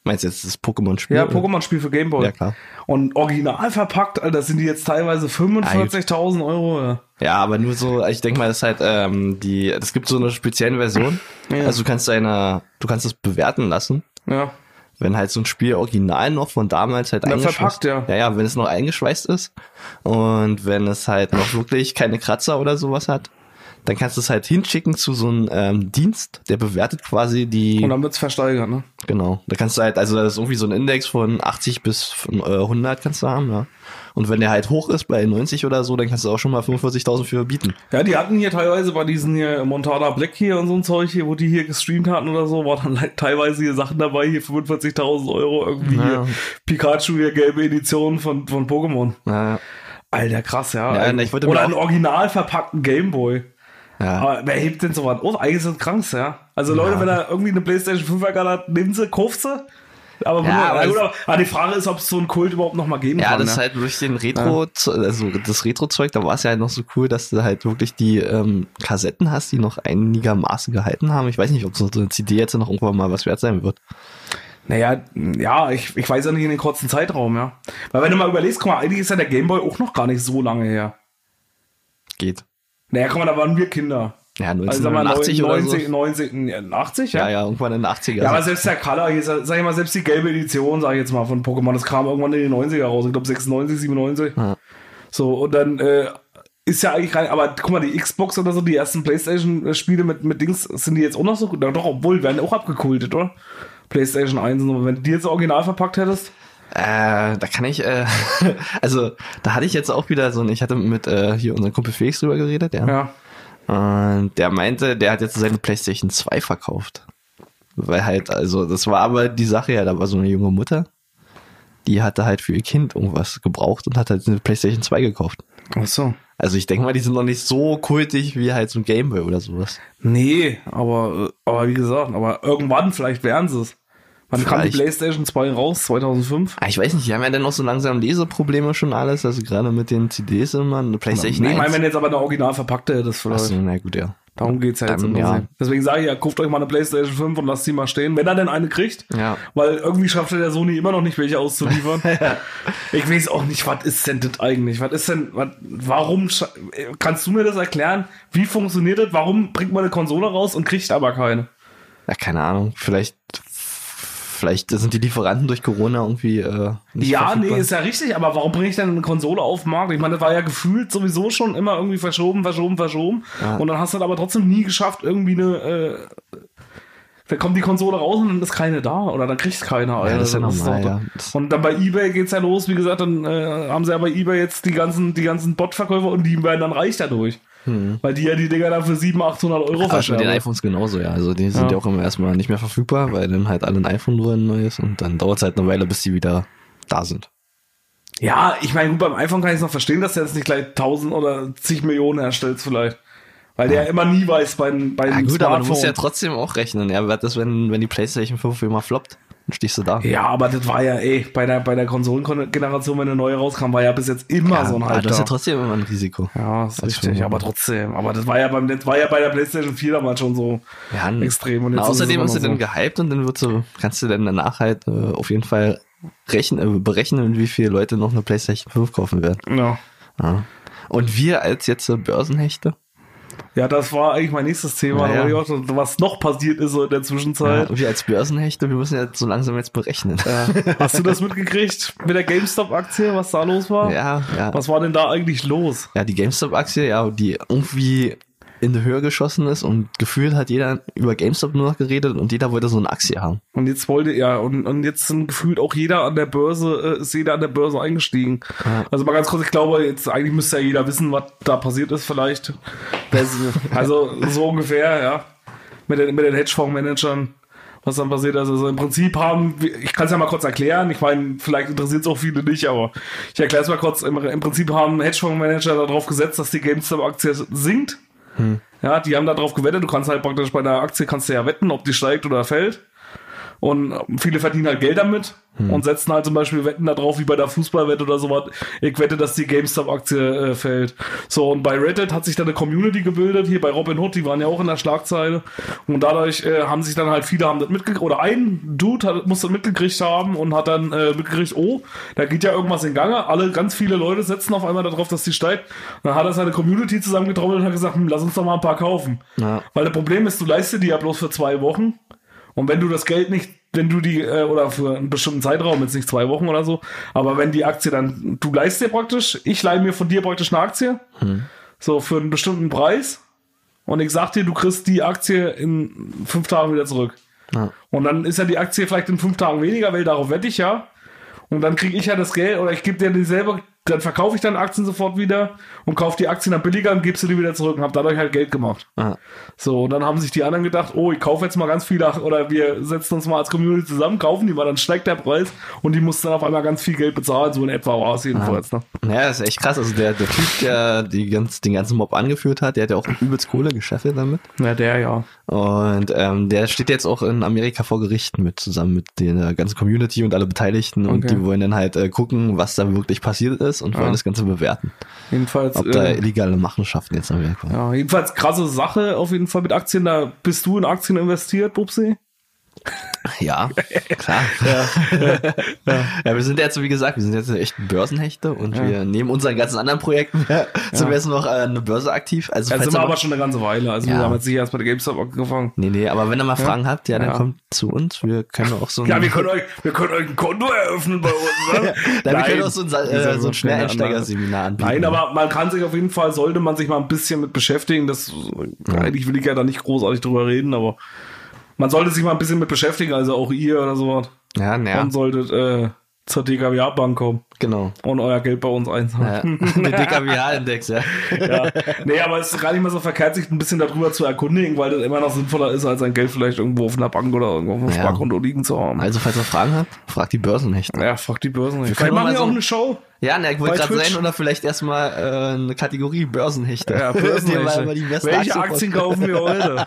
Meinst du jetzt das Pokémon-Spiel? Ja, Pokémon-Spiel für Game Boy. Ja, klar. Und original verpackt, Alter, sind die jetzt teilweise 45.000 Euro. Ja. Ja, aber nur so, ich denke mal, das ist halt, es gibt so eine spezielle Version. Ja. Also du kannst es bewerten lassen. Ja. Wenn halt so ein Spiel original noch von damals halt eingeschweißt. Verpackt, ja. Ja, wenn es noch eingeschweißt ist. Und wenn es halt noch wirklich keine Kratzer oder sowas hat. Dann kannst du es halt hinschicken zu so einem Dienst, der bewertet quasi die... Und dann wird's versteigert, ne? Genau. Da kannst du halt, also das ist irgendwie so ein Index von 80 bis 100 kannst du haben, ja. Und wenn der halt hoch ist bei 90 oder so, dann kannst du auch schon mal 45.000 für bieten. Ja, die hatten hier teilweise bei diesen hier Montana Black hier und so ein Zeug hier, wo die hier gestreamt hatten oder so, war dann halt teilweise hier Sachen dabei, hier 45.000 Euro irgendwie hier Pikachu, hier gelbe Edition von Pokémon. Ja. Alter, krass, ja. Oder einen original verpackten Gameboy. Ja. Aber wer hebt denn sowas auf? Eigentlich ist das krank, ja. Also Leute, wenn er irgendwie eine PlayStation 5 hat, nehmen sie, kauft sie. Aber die Frage ist, ob es so einen Kult überhaupt noch mal geben kann. Ja, das ist halt durch den also das Retro-Zeug, da war es ja halt noch so cool, dass du halt wirklich die Kassetten hast, die noch einigermaßen gehalten haben. Ich weiß nicht, ob so eine CD jetzt noch irgendwann mal was wert sein wird. Naja, ja, ich weiß ja nicht in den kurzen Zeitraum, ja. Weil wenn du mal überlegst, guck mal, eigentlich ist ja der Gameboy auch noch gar nicht so lange her. Geht. Naja, guck mal, da waren wir Kinder. Ja, 1980 also, oder so. 80, ja? Ja, irgendwann in den 80er. Ja, aber selbst der Color, hier, sag ich mal, selbst die gelbe Edition, sag ich jetzt mal, von Pokémon, das kam irgendwann in den 90er raus. Ich glaube 96, 97. Ja. So, und dann ist ja eigentlich rein, aber guck mal, die Xbox oder so, die ersten PlayStation-Spiele mit Dings, sind die jetzt auch noch so gut? Doch, obwohl, werden auch abgekultet, oder? PlayStation 1 und so. Wenn du die jetzt original verpackt hättest? Da kann ich, also da hatte ich jetzt auch wieder ich hatte mit hier unseren Kumpel Felix drüber geredet, ja. Und der meinte, der hat jetzt seine PlayStation 2 verkauft. Weil halt, also das war aber die Sache, ja, da war so eine junge Mutter, die hatte halt für ihr Kind irgendwas gebraucht und hat halt eine PlayStation 2 gekauft. Ach so. Also ich denke mal, die sind noch nicht so kultig wie halt so ein Gameboy oder sowas. Nee, aber wie gesagt, aber irgendwann vielleicht wären sie es. Wann kam die PlayStation 2 raus? 2005? Ich weiß nicht, die haben ja dann noch so langsam Leseprobleme schon alles, also gerade mit den CDs immer, eine PlayStation 1. Ich meine, wenn jetzt aber eine original verpackte hättest vielleicht. Achso, na gut, ja. Darum geht's ja jetzt immer. Deswegen sage ich ja, kauft euch mal eine PlayStation 5 und lasst sie mal stehen, wenn er denn eine kriegt. Ja. Weil irgendwie schafft der Sony immer noch nicht, welche auszuliefern. Ich weiß auch nicht, was ist denn das eigentlich? Warum, kannst du mir das erklären? Wie funktioniert das? Warum bringt man eine Konsole raus und kriegt aber keine? Ja, keine Ahnung. Vielleicht sind die Lieferanten durch Corona irgendwie nicht verfügbar. Nee, ist ja richtig, aber warum bringe ich denn eine Konsole auf den Markt? Ich meine, das war ja gefühlt sowieso schon immer irgendwie verschoben. Ja. Und dann hast du das aber trotzdem nie geschafft, irgendwie da kommt die Konsole raus und dann ist keine da oder dann kriegst keiner. Ja, das ist ja normal, ja. Und dann bei eBay geht's ja los, wie gesagt, dann haben sie ja bei eBay jetzt die ganzen Bot-Verkäufer und die werden dann reich dadurch. Weil die ja die Dinger dann für 700-800 Euro verscherben. Mit den iPhones genauso, ja. Also die sind ja auch immer erstmal nicht mehr verfügbar, weil dann halt alle ein iPhone nur ein neues und dann dauert es halt eine Weile, bis die wieder da sind. Ja, ich meine, gut, beim iPhone kann ich es noch verstehen, dass der jetzt nicht gleich 1000 oder zig Millionen herstellt vielleicht. Weil der immer nie weiß bei den gut, Smartphone. Aber du musst ja trotzdem auch rechnen. Ja, was ist, wenn die PlayStation 5 immer floppt? Dann stehst du da. Ja, aber das war ja, bei der Konsolengeneration, wenn eine neue rauskam, war ja bis jetzt immer so ein Halter. Das ist ja trotzdem immer ein Risiko. Ja, das ist richtig, aber trotzdem. Aber das war ja bei der PlayStation 4 damals schon so extrem. Und jetzt außerdem hast du dann gehypt und dann kannst du dann danach halt auf jeden Fall berechnen, wie viele Leute noch eine PlayStation 5 kaufen werden. Ja. Und wir als jetzt Börsenhechte? Ja, das war eigentlich mein nächstes Thema, was noch passiert ist so in der Zwischenzeit. Ja, wir als Börsenhechte, wir müssen ja so langsam jetzt berechnen. Ja. Hast du das mitgekriegt mit der GameStop-Aktie, was da los war? Ja. Was war denn da eigentlich los? Ja, die GameStop-Aktie, die irgendwie in die Höhe geschossen ist und gefühlt hat jeder über GameStop nur noch geredet und jeder wollte so eine Aktie haben. Und jetzt und jetzt sind gefühlt auch jeder an der Börse, eingestiegen. Ja. Also mal ganz kurz, ich glaube, jetzt eigentlich müsste ja jeder wissen, was da passiert ist vielleicht. Also so ungefähr, ja. Mit den Hedgefondsmanagern, was dann passiert ist. Also im Prinzip ich kann es ja mal kurz erklären, ich meine, vielleicht interessiert es auch viele nicht, aber ich erkläre es mal kurz. Im Prinzip haben Hedgefondsmanager darauf gesetzt, dass die GameStop-Aktie sinkt. Ja, die haben da drauf gewettet. Du kannst halt praktisch bei einer Aktie kannst du ja wetten, ob die steigt oder fällt. Und viele verdienen halt Geld damit und setzen halt zum Beispiel Wetten da drauf, wie bei der Fußballwette oder sowas. Ich wette, dass die GameStop-Aktie fällt. So, und bei Reddit hat sich dann eine Community gebildet, hier bei Robinhood, die waren ja auch in der Schlagzeile. Und dadurch haben sich dann halt viele haben das mitgekriegt, oder ein Dude muss das mitgekriegt haben und hat dann mitgekriegt, oh, da geht ja irgendwas in Gange. Ganz viele Leute setzen auf einmal darauf, dass die steigt. Und dann hat er seine Community zusammengetrommelt und hat gesagt, lass uns doch mal ein paar kaufen. Ja. Weil das Problem ist, du leistest die ja bloß für 2 Wochen. Und wenn du das Geld nicht, wenn du die, oder für einen bestimmten Zeitraum, jetzt nicht 2 Wochen oder so, aber wenn die Aktie dann, du leihst dir praktisch, ich leihe mir von dir praktisch eine Aktie, so für einen bestimmten Preis, und ich sag dir, du kriegst die Aktie in 5 Tagen wieder zurück. Ja. Und dann ist ja die Aktie vielleicht in 5 Tagen weniger, weil darauf wette ich ja. Und dann kriege ich ja das Geld, oder ich gebe dir dieselbe, dann verkaufe ich dann Aktien sofort wieder und kaufe die Aktien dann billiger und gebe sie dir wieder zurück und habe dadurch halt Geld gemacht. Aha. So, und dann haben sich die anderen gedacht, oh, ich kaufe jetzt mal ganz viele, oder wir setzen uns mal als Community zusammen, kaufen die mal, dann steigt der Preis und die mussten dann auf einmal ganz viel Geld bezahlen, so in etwa war es jedenfalls. Ne? Ja, das ist echt krass. Also der Typ, der den ganzen Mob angeführt hat, der hat ja auch übelst Kohle gescheffelt damit. Ja, der ja. Und der steht jetzt auch in Amerika vor Gerichten zusammen mit der ganzen Community und alle Beteiligten, und die wollen dann halt gucken, was da wirklich passiert ist, und wollen das Ganze bewerten. Jedenfalls, ob da illegale Machenschaften jetzt am Werk waren. Ja, jedenfalls krasse Sache auf jeden Fall mit Aktien. Da bist du in Aktien investiert, Bubsi? Ja, klar. Ja, wir sind jetzt, wie gesagt, echt Börsenhechte, und wir neben unseren ganzen anderen Projekten sind wir jetzt noch eine Börse aktiv. Also sind wir aber schon eine ganze Weile. Also wir haben jetzt nicht erst bei der GameStop angefangen. Nee, aber wenn ihr mal Fragen habt, dann kommt zu uns. Wir können auch so wir können euch ein Konto eröffnen bei uns. Ne? Wir können auch so ein Schnelleinsteiger-Seminar anbieten. Nein, aber man kann sich auf jeden Fall, sollte man sich mal ein bisschen mit beschäftigen. Eigentlich will ich ja da nicht großartig drüber reden, aber man sollte sich mal ein bisschen mit beschäftigen, also auch ihr oder sowas. Ja. Und solltet zur DKWH-Bank kommen. Genau. Und euer Geld bei uns einzahlen. Ja. Der DKWH-Index, ja. Nee, aber es ist gar nicht mal so verkehrt, sich ein bisschen darüber zu erkundigen, weil das immer noch sinnvoller ist, als sein Geld vielleicht irgendwo auf einer Bank oder irgendwo auf einem Sparkonto liegen zu haben. Also, falls ihr Fragen habt, fragt die Börsenhechte. Ja, fragt die Börsenhechte. Vielleicht machen wir auch eine Show. Ja, ich wollte gerade sein, oder vielleicht erstmal eine Kategorie Börsenhechte. Ja, Börsenhechte. Welche Aktien kaufen wir heute?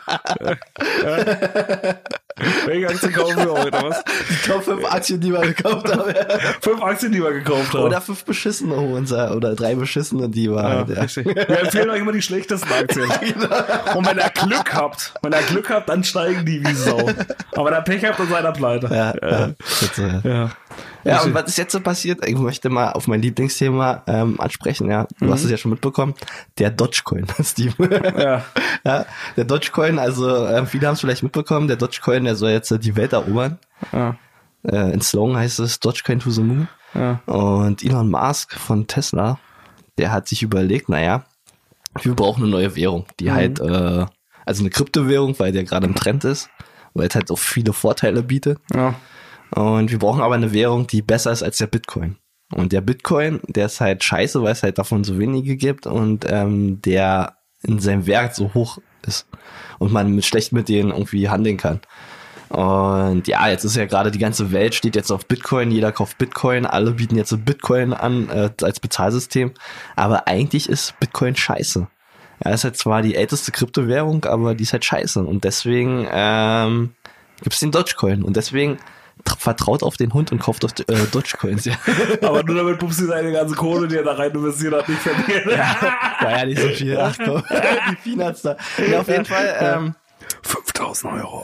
Welche Aktien kaufen wir heute? Was? Die Top 5 Aktien, die wir gekauft haben. 5 Aktien, die wir gekauft haben. Oder 5 beschissene, oder 3 beschissene, die wir halt. Richtig. Wir empfehlen euch immer die schlechtesten Aktien. Genau. Und wenn ihr Glück habt, dann steigen die wie Sau. Aber wenn ihr Pech habt, dann seid ihr pleite. Ja, und was ist jetzt so passiert? Ich möchte mal auf mein Lieblingsthema ansprechen. Ja, du hast es ja schon mitbekommen. Der Dogecoin, Steve. Ja, der Dogecoin, also viele haben es vielleicht mitbekommen. Der Dogecoin, der soll jetzt die Welt erobern. Ja. In Slogan heißt es Dogecoin to the Moon. Ja. Und Elon Musk von Tesla, der hat sich überlegt, wir brauchen eine neue Währung, die halt, also eine Kryptowährung, weil der gerade im Trend ist, weil es halt auch viele Vorteile bietet. Ja. Und wir brauchen aber eine Währung, die besser ist als der Bitcoin. Und der Bitcoin, der ist halt scheiße, weil es halt davon so wenige gibt und der in seinem Wert so hoch ist und man schlecht mit denen irgendwie handeln kann. Und ja, jetzt ist ja gerade die ganze Welt steht jetzt auf Bitcoin, jeder kauft Bitcoin, alle bieten jetzt so Bitcoin an als Bezahlsystem, aber eigentlich ist Bitcoin scheiße. Ja, ist halt zwar die älteste Kryptowährung, aber die ist halt scheiße und deswegen gibt's den Dogecoin und deswegen vertraut auf den Hund und kauft auf Dogecoins, ja. Aber nur damit Pupsi seine ganze Kohle, die er da rein investiert hat, nicht verliert. War ja nicht so viel. Ach komm, die Peanuts da. Ja, auf jeden Fall 5.000 Euro.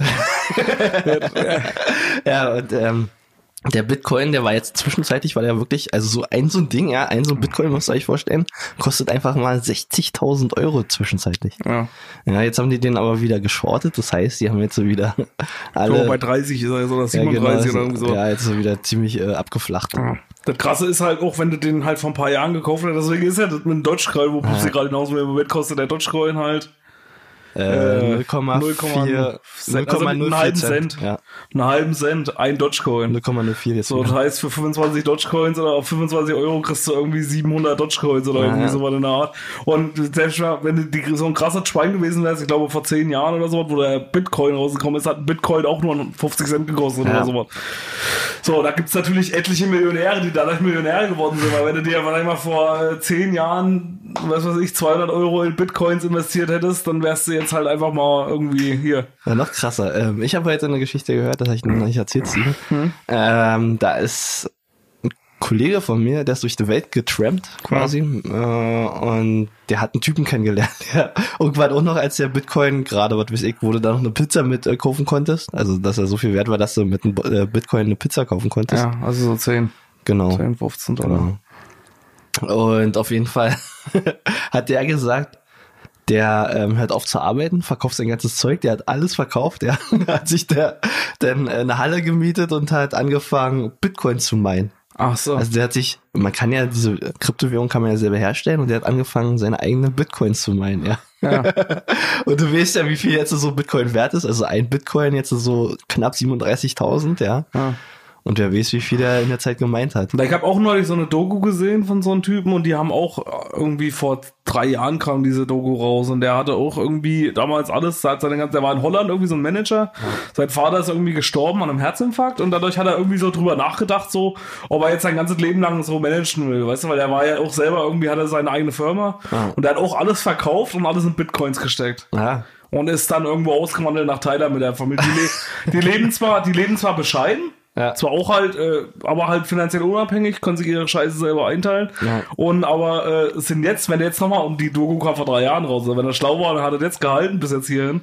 Ja, und der Bitcoin, der war jetzt zwischenzeitlich, weil er wirklich, also so ein Ding, ein Bitcoin, müsst ihr euch vorstellen, kostet einfach mal 60.000 Euro zwischenzeitlich. Ja, jetzt haben die den aber wieder geschortet, das heißt, die haben jetzt so wieder alle... So bei 30 ist er so, oder 37 oder irgendwie so. Ja, jetzt so wieder ziemlich abgeflacht. Ja. Das Krasse ist halt auch, wenn du den halt vor ein paar Jahren gekauft hast, deswegen ist ja das mit dem Dogecoin, wo Pupsi gerade hinaus will, im Moment kostet der Dogecoin halt 0,04 also einen halben Cent. Ja. Einen halben Cent, ein Dogecoin. 0,04 jetzt. So, das heißt, für 25 Dogecoins oder auf 25 Euro kriegst du irgendwie 700 Dogecoins oder irgendwie sowas in der Art. Und selbst wenn du so ein krasser Schwein gewesen wärst, ich glaube vor 10 Jahren oder so, wo der Bitcoin rausgekommen ist, hat ein Bitcoin auch nur 50 Cent gekostet oder sowas. So, da gibt's natürlich etliche Millionäre, die dadurch Millionäre geworden sind, weil wenn du dir mal vor 10 Jahren, 200 Euro in Bitcoins investiert hättest, dann wärst du jetzt jetzt halt einfach mal irgendwie hier. Ja, noch krasser. Ich habe heute eine Geschichte gehört, das habe ich noch nicht erzählt, Steven. Da ist ein Kollege von mir, der ist durch die Welt getrampt quasi. Und der hat einen Typen kennengelernt. Der irgendwann auch noch, als der Bitcoin gerade, was weiß ich, wo du da noch eine Pizza mit kaufen konntest. Also, dass er so viel wert war, dass du mit einem Bitcoin eine Pizza kaufen konntest. Ja, also so 10. Genau. 10, 15 Dollar. Genau. Und auf jeden Fall hat der gesagt, der hört auf zu arbeiten, verkauft sein ganzes Zeug, der hat alles verkauft, der hat sich dann eine Halle gemietet und hat angefangen, Bitcoin zu meinen. Ach so. Also der hat sich, man kann ja, diese Kryptowährung kann man ja selber herstellen und der hat angefangen, seine eigenen Bitcoins zu meinen, ja. Und du weißt ja, wie viel jetzt so Bitcoin wert ist, also ein Bitcoin jetzt so knapp 37.000, ja. Und wer weiß, wie viel er in der Zeit gemeint hat. Ich habe auch neulich so eine Doku gesehen von so einem Typen und die haben auch irgendwie vor 3 Jahren kam diese Doku raus und der hatte auch irgendwie damals alles, der war in Holland irgendwie so ein Manager. Sein Vater ist irgendwie gestorben an einem Herzinfarkt und dadurch hat er irgendwie so drüber nachgedacht, so, ob er jetzt sein ganzes Leben lang so managen will, weißt du, weil er war ja auch selber irgendwie, hatte seine eigene Firma und der hat auch alles verkauft und alles in Bitcoins gesteckt. Ja. Und ist dann irgendwo ausgewandert nach Thailand mit der Familie. Die leben zwar bescheiden, zwar auch halt, aber halt finanziell unabhängig, können sich ihre Scheiße selber einteilen. Und aber sind jetzt, wenn er jetzt nochmal um die Doku kam vor 3 Jahren raus, wenn er schlau war, dann hat er jetzt gehalten bis jetzt hierhin.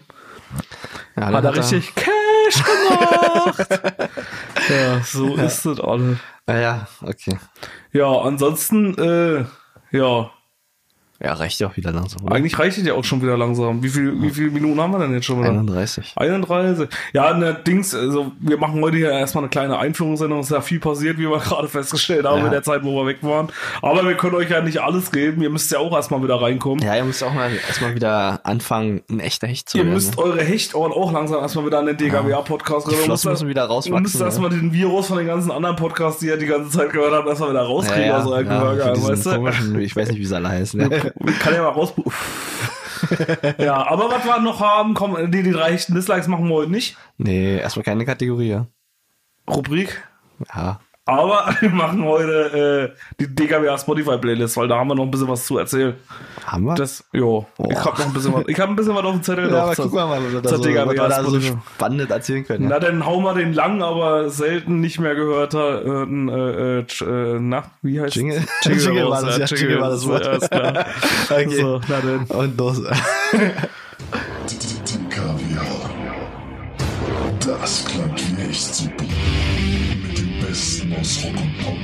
Ja, hat er richtig Cash gemacht. Ja, so ist das alles. Ja, okay. Ja, ansonsten, ja. Ja, reicht ja auch wieder langsam. Oder? Eigentlich reicht es ja auch schon wieder langsam. Wie viele Minuten haben wir denn jetzt schon wieder? 31. 31. Ja, also wir machen heute hier erstmal eine kleine Einführungssendung. Es ist ja viel passiert, wie wir gerade festgestellt haben in der Zeit, wo wir weg waren. Aber wir können euch ja nicht alles geben. Ihr müsst ja auch erstmal wieder reinkommen. Ja, ihr müsst auch mal erstmal wieder anfangen, ein echter Hecht zu werden. Ihr müsst eure Hechtohren auch langsam erstmal wieder an den DKWA-Podcast Die Flossen müssen wieder rauswachsen. Ihr müsst erstmal den Virus von den ganzen anderen Podcasts, die ihr die ganze Zeit gehört habt, erstmal wieder rauskriegen aus euren Gehörgang, weißt du? Ich weiß nicht, wie sie alle heißen. Kann ja mal raus. Ja, aber was wir noch haben, komm, die 3 echten Dislikes machen wir heute nicht. Nee, erstmal keine Kategorie, ja. Rubrik? Ja. Aber wir machen heute die DKWA Spotify Playlist, weil da haben wir noch ein bisschen was zu erzählen. Haben wir? Ich habe noch ein bisschen was. Ich habe ein bisschen was auf dem Zettel. Ja, aber guck mal, was wir da so spannend erzählen können. Na, dann hauen wir den lang, aber selten nicht mehr gehört. Wie heißt Jingle? Jingle war das, ja. Jingle war das Wort. Ja, ist klar. Okay. So, na dann. Und los. DKWA. Das klingt wie echt super. Mit dem Besten aus Rock und Pop.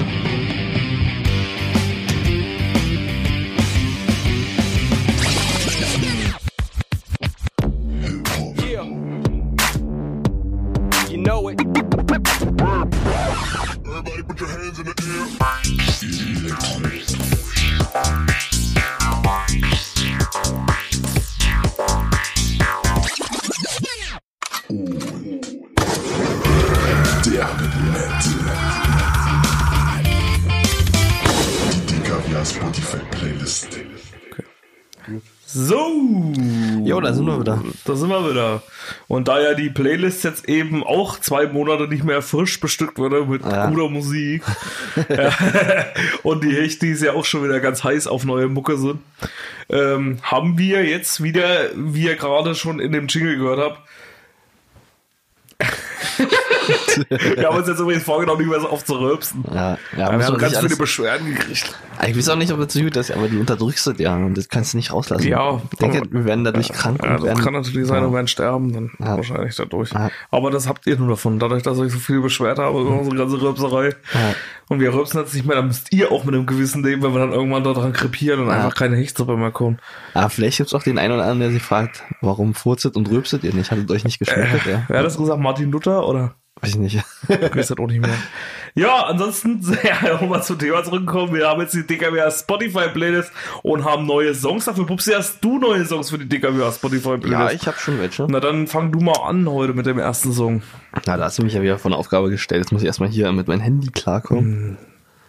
Hip-Hop. Yeah. You know it. Everybody put your hands in the air. Electronic. Der die DKWA Spotify Playlist. So. Jo, da sind wir wieder. Da sind wir wieder. Und da ja die Playlist jetzt eben auch 2 Monate nicht mehr frisch bestückt wurde mit guter Musik und die Hechtis ja auch schon wieder ganz heiß auf neue Mucke sind, haben wir jetzt wieder, wie ihr gerade schon in dem Jingle gehört habt, wir haben uns jetzt übrigens vorgenommen, nicht mehr so oft zu rülpsen. Ja, wir haben ganz viele Beschwerden gekriegt. Ich weiß auch nicht, ob das so gut ist, aber du unterdrückst das ja und das kannst du nicht rauslassen. Ja. Ich denke, wir werden dadurch krank. Ja, und werden, das kann natürlich sein, wir werden sterben, dann wahrscheinlich dadurch. Ja. Aber das habt ihr nur davon, dadurch, dass ich so viel Beschwerde habe über unsere ganze Rülpserei. Ja. Und wir rülpsen jetzt nicht mehr, dann müsst ihr auch mit einem gewissen leben, wenn wir dann irgendwann daran krepieren und einfach keine Hechtsuppe mehr kommen. Aber vielleicht gibt's auch den einen oder anderen, der sich fragt, warum furzet und rülpset ihr nicht? Hattet euch nicht geschmeckt? Wer hat das gesagt? Martin Luther, oder? Weiß ich nicht. Ich weiß das auch nicht mehr. Ja, ansonsten, um mal zum Thema zurückkommen, wir haben jetzt die DKWA Spotify Playlist und haben neue Songs dafür. Pupsi, hast du neue Songs für die DKWA Spotify Playlist? Ja, ich habe schon welche. Na, dann fang du mal an heute mit dem ersten Song. Na, da hast du mich ja wieder vor eine Aufgabe gestellt. Jetzt muss ich erstmal hier mit meinem Handy klarkommen.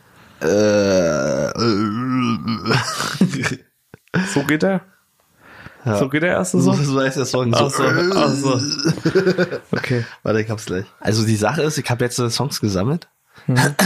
So geht der? Ja. So geht der erste Song? So heißt der Song. Ach so. Okay. Warte, ich hab's gleich. Also die Sache ist, ich habe jetzt Songs gesammelt.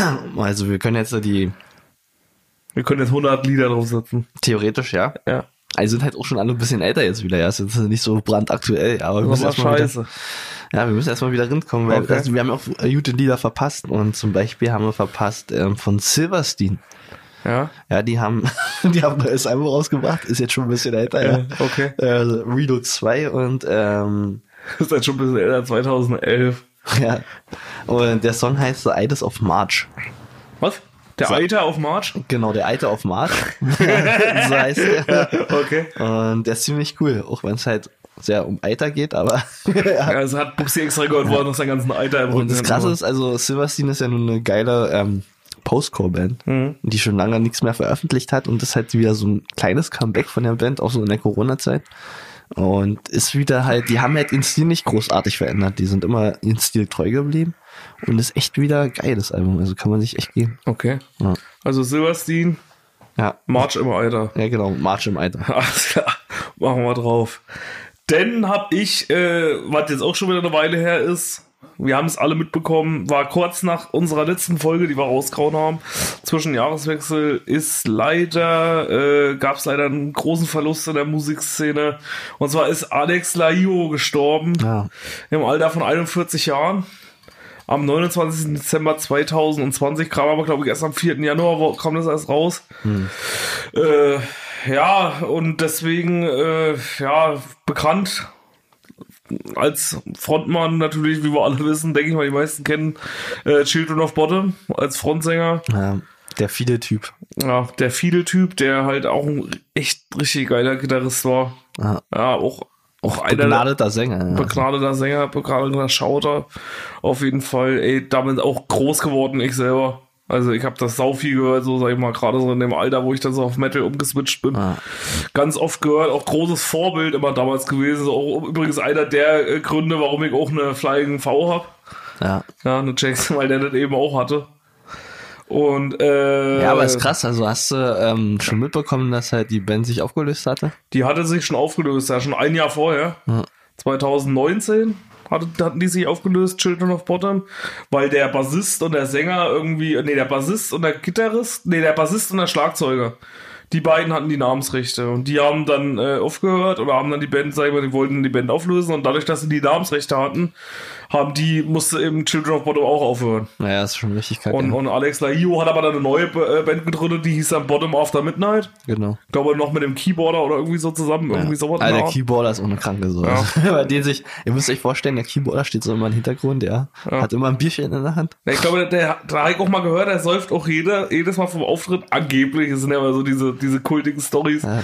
Also wir können jetzt 100 Lieder draufsetzen. Theoretisch, ja. Ja. Die sind halt auch schon alle ein bisschen älter jetzt wieder, ja. Das ist nicht so brandaktuell, aber wir müssen erstmal wieder rinkommen, weil wir haben auch gute Lieder verpasst und zum Beispiel haben wir verpasst von Silverstein. Ja? Ja, die haben ein neues Album rausgebracht, ist jetzt schon ein bisschen älter, ja. Okay. Redux 2 und ist jetzt schon ein bisschen älter, 2011. Ja. Und der Song heißt The Ides of March. Was? Der Eiter auf March? Genau, der Eiter auf March. So heißt er. Okay. Und der ist ziemlich cool, auch wenn es halt sehr um Eiter geht, aber ja, es hat Buxi extra gehört, wo er noch seinen ganzen Eiter im Rücken. Und das Krasse ist, also Silverstein ist ja nun eine geile Post-Core-Band, die schon lange nichts mehr veröffentlicht hat und das ist halt wieder so ein kleines Comeback von der Band, auch so in der Corona-Zeit. Und ist wieder halt, die haben halt ihren Stil nicht großartig verändert, die sind immer ihren Stil treu geblieben und ist echt wieder geil, das Album, also kann man sich echt geben. Okay. Ja. Also Silverstein, March im Eiter. Ja genau, March im Eiter. Alles klar, machen wir drauf. Dann hab ich, was jetzt auch schon wieder eine Weile her ist, wir haben es alle mitbekommen, war kurz nach unserer letzten Folge, die wir rausgehauen haben, zwischen Jahreswechsel gab es leider einen großen Verlust in der Musikszene. Und zwar ist Alex Laio gestorben, im Alter von 41 Jahren. Am 29. Dezember 2020 kam aber, glaube ich, erst am 4. Januar kam das erst raus. Und deswegen, bekannt als Frontmann natürlich, wie wir alle wissen, denke ich mal, die meisten kennen Children of Bodom als Frontsänger. Ja, der Fiedel-Typ. Ja, der Fiedel-Typ, der halt auch ein echt richtig geiler Gitarrist war. Ja, auch einer begnadeter Sänger. Begnadeter Sänger, begnadeter Schauter. Auf jeden Fall, damit auch groß geworden, ich selber. Also ich habe das sau viel gehört, so sag ich mal, gerade so in dem Alter, wo ich dann so auf Metal umgeswitcht bin. Ganz oft gehört, auch großes Vorbild immer damals gewesen. So auch übrigens einer der Gründe, warum ich auch eine Flying V habe. Ja, eine Jackson, weil der das eben auch hatte. Und aber ist krass, also hast du schon mitbekommen, dass halt die Band sich aufgelöst hatte? Die hatte sich schon aufgelöst, ja, schon ein Jahr vorher. 2019 hatten die sich aufgelöst, Children of Bodom, weil der Bassist und der Sänger der Bassist und der Schlagzeuger, die beiden hatten die Namensrechte und die haben dann aufgehört oder haben dann die Band, die wollten die Band auflösen und dadurch, dass sie die Namensrechte hatten, musste eben Children of Bodom auch aufhören. Naja, ist schon richtig kacke. Und Alex Laio hat aber dann eine neue Band gegründet, die hieß dann Bottom After Midnight. Genau. Ich glaube noch mit dem Keyboarder oder irgendwie so zusammen. Irgendwie sowas. Der Keyboarder ist auch eine kranke Sorte. Ja. Bei denen ihr müsst euch vorstellen, der Keyboarder steht so immer im Hintergrund, hat immer ein Bierchen in der Hand. Ja, ich glaube, da habe ich auch mal gehört, er säuft auch jedes Mal vom Auftritt angeblich. Das sind ja immer so diese kultigen Storys. Ja.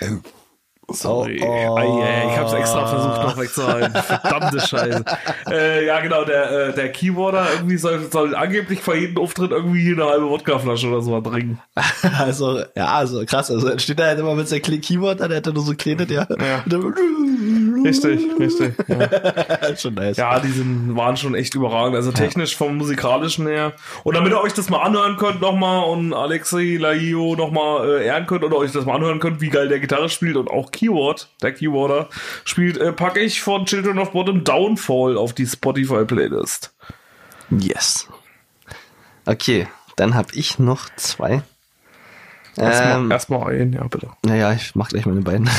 Sorry. Ich hab's extra versucht noch wegzuhalten. Verdammte Scheiße. Ja, genau, der Keyboarder irgendwie soll angeblich vor jedem Auftritt irgendwie eine halbe Wodkaflasche oder so trinken. Also krass. Also er steht da halt immer mit seinem Keyboard, der hat da nur so kledet, ja. Richtig. Ja. Schon nice. Ja, waren schon echt überragend. Also technisch vom musikalischen her. Und damit ihr euch das mal anhören könnt nochmal und Alexei Laio nochmal ehren könnt oder euch das mal anhören könnt, wie geil der Gitarre spielt und auch der Keyboarder spielt, packe ich von Children of Bodom Downfall auf die Spotify-Playlist. Yes. Okay, dann habe ich noch zwei. Erstmal einen, ja bitte. Naja, ich mach gleich meine beiden.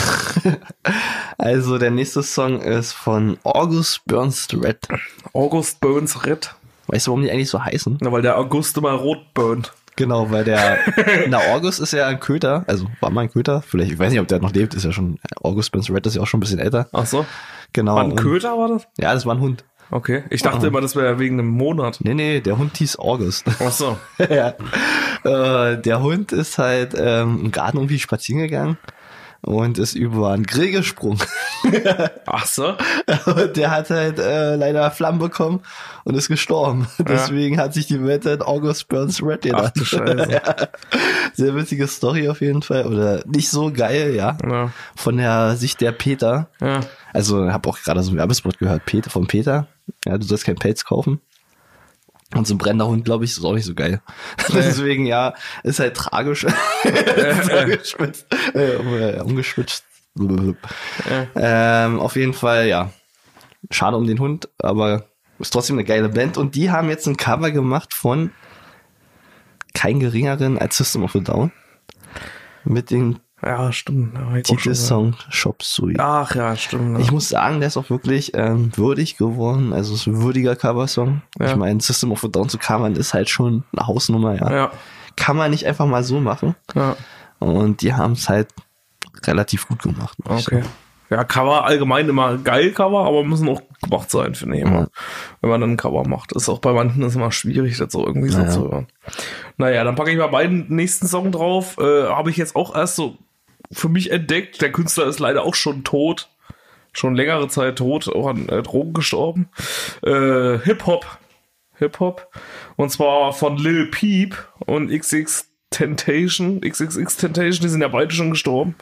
Also der nächste Song ist von August Burns Red. August Burns Red. Weißt du, warum die eigentlich so heißen? Na, weil der August immer rot burnt. Genau, weil August ist ja ein Köter, also war mal ein Köter, vielleicht, ich weiß nicht, ob der noch lebt, ist ja schon, August Burns Red ist ja auch schon ein bisschen älter. Ach so. Genau. War ein Köter, war das? Ja, das war ein Hund. Okay, ich dachte immer, das wäre wegen einem Monat. Nee, der Hund hieß August. Ach so. Ja. Der Hund ist halt im Garten irgendwie spazieren gegangen und ist über einen Grill gesprungen. Ach so. Und der hat halt leider Flammen bekommen und ist gestorben. Deswegen hat sich die Band halt August Burns Red genannt. Ach du Scheiße. Ja. Sehr witzige Story auf jeden Fall. Oder nicht so geil, ja. Von der Sicht der Peter. Ja. Also habe auch gerade so ein Werbespot gehört, von Peter. Ja, du sollst keinen Pelz kaufen. Und so ein brennender Hund, glaube ich, ist auch nicht so geil. Deswegen, ja, ist halt tragisch. Umgeschwitzt. Auf jeden Fall, ja. Schade um den Hund, aber ist trotzdem eine geile Band. Und die haben jetzt ein Cover gemacht von kein geringeren als System of a Down. Mit dem Ja, stimmt. Titelsong Chop Suey. Ach ja, stimmt. Ich muss sagen, der ist auch wirklich würdig geworden. Also es ist ein würdiger Coversong. Ja. Ich meine, System of a Down zu covern ist halt schon eine Hausnummer, ja. Kann man nicht einfach mal so machen. Ja. Und die haben es halt relativ gut gemacht. Okay. Ja, Cover allgemein immer geil, Cover, aber müssen auch gut gemacht sein, finde ich immer. Wenn man dann ein Cover macht. Ist auch bei manchen ist immer schwierig, das so irgendwie so zu hören. Naja, dann packe ich mal meinen nächsten Song drauf. Habe ich jetzt auch erst so für mich entdeckt. Der Künstler ist leider auch schon tot. Schon längere Zeit tot, auch an Drogen gestorben. Hip-Hop. Und zwar von Lil Peep und XXXTentacion, die sind ja beide schon gestorben.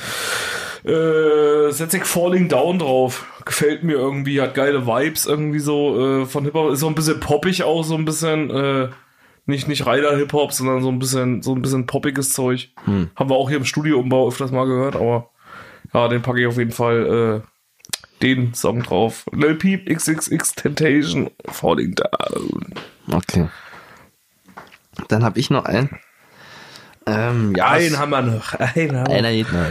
Setze ich Falling Down drauf. Gefällt mir irgendwie, hat geile Vibes irgendwie so von Hip-Hop. Ist so ein bisschen poppig auch, so ein bisschen nicht reiner Hip-Hop, sondern so ein bisschen poppiges Zeug. Haben wir auch hier im Studio-Umbau öfters mal gehört, aber ja, den packe ich auf jeden Fall den Song drauf. Lil Peep, XXXTentacion, Falling Down. Okay. Dann habe ich noch einen. Einen haben wir noch. Einer geht noch,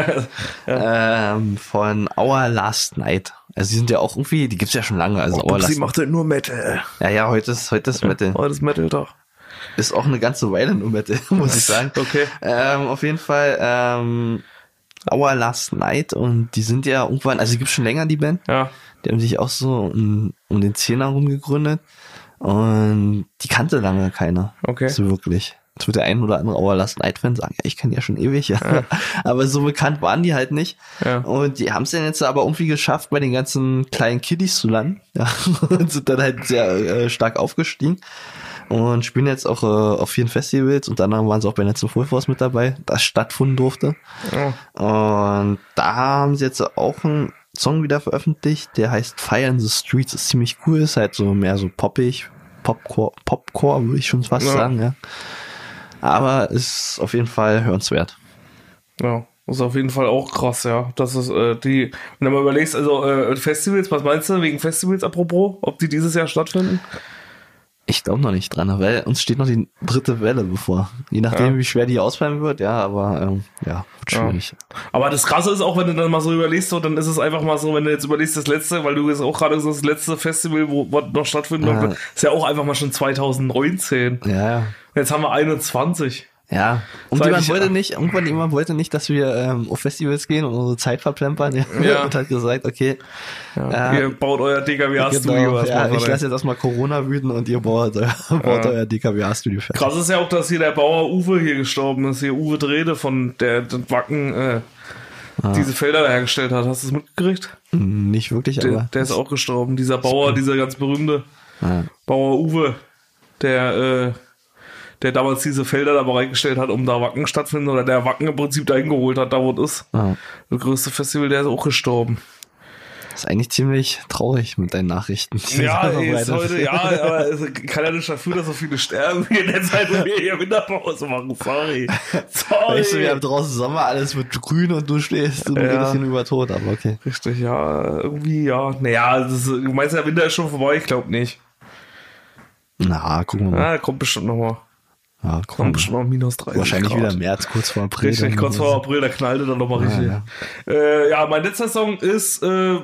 ja. Von Our Last Night. Also die sind ja auch irgendwie, die gibt's ja schon lange. Also Our Last Night. Sie macht halt nur Metal. Ja, heute ist Metal. Heute ist Metal doch. Ist auch eine ganze Weile nur Metal, muss ich sagen. Okay. Auf jeden Fall Our Last Night, und die sind ja irgendwann, also die gibt's schon länger, die Band. Ja. Die haben sich auch so um den 10er rum gegründet. Und die kannte lange keiner. Okay. So wirklich. Jetzt wird der ein oder andere Our Last Night Fan sagen, ja, ich kenne ja schon ewig, ja. Aber so bekannt waren die halt nicht. Ja. Und die haben es dann jetzt aber irgendwie geschafft, bei den ganzen kleinen Kiddies zu landen. Ja. Und sind dann halt sehr stark aufgestiegen. Und spielen jetzt auch auf vielen Festivals. Und dann waren sie auch bei Netz Full Force mit dabei, das stattfinden durfte. Ja. Und da haben sie jetzt auch einen Song wieder veröffentlicht, der heißt Fire in the Streets. Ist ziemlich cool, ist halt so mehr so poppig. Popcore, würde ich schon fast sagen, ja. Aber ist auf jeden Fall hörenswert. Ja, ist auf jeden Fall auch krass, ja. Das ist wenn du mal überlegst, also Festivals, was meinst du wegen Festivals apropos, ob die dieses Jahr stattfinden? Ich glaube noch nicht dran, weil uns steht noch die 3. Welle bevor. Je nachdem, wie schwer die ausfallen wird, ja, aber wird schwierig. Ja. Aber das Krasse ist auch, wenn du dann mal so überlegst, so, dann ist es einfach mal so, wenn du jetzt überlegst, das letzte, weil du jetzt auch gerade so das letzte Festival, wo noch stattfinden wird, ist ja auch einfach mal schon 2019. Ja. Jetzt haben wir 21. Ja, und jemand wollte nicht, dass wir auf Festivals gehen und unsere Zeit verplempern. Ja. Und hat gesagt, okay. Ja, ihr baut euer DKWA-Studio. Genau, ja, ich lasse jetzt erstmal Corona wüten und ihr baut euer DKWA-Studio fertig. Krass ist ja auch, dass hier der Bauer Uwe hier gestorben ist. Hier Uwe Drede von der Wacken diese Felder da hergestellt hat. Hast du es mitgekriegt? Nicht wirklich, aber... Der ist auch gestorben. Dieser Bauer, dieser ganz berühmte Bauer Uwe, der damals diese Felder da bereitgestellt hat, um da Wacken stattfinden, oder der Wacken im Prinzip dahin geholt hat, da wo es ist. Das größte Festival, der ist auch gestorben. Das ist eigentlich ziemlich traurig mit deinen Nachrichten. Ja, ist heute, aber es kann ja nicht dafür, dass so viele sterben wie in der Zeit, wo wir hier Winterpause machen. Sorry. Weißt du, wir haben draußen Sommer, alles wird grün und du stehst und du redest hier über tot, aber okay. Richtig, ja, irgendwie, ja. Naja, du meinst, der Winter ist schon vorbei? Ich glaube nicht. Na, gucken wir mal. Ja, kommt bestimmt noch mal. Ja, kommt bestimmt noch minus 30 wahrscheinlich Grad. Wieder März, kurz vor April. Richtig, kurz vor April, da knallte dann nochmal richtig. Ja, mein letzter Song ist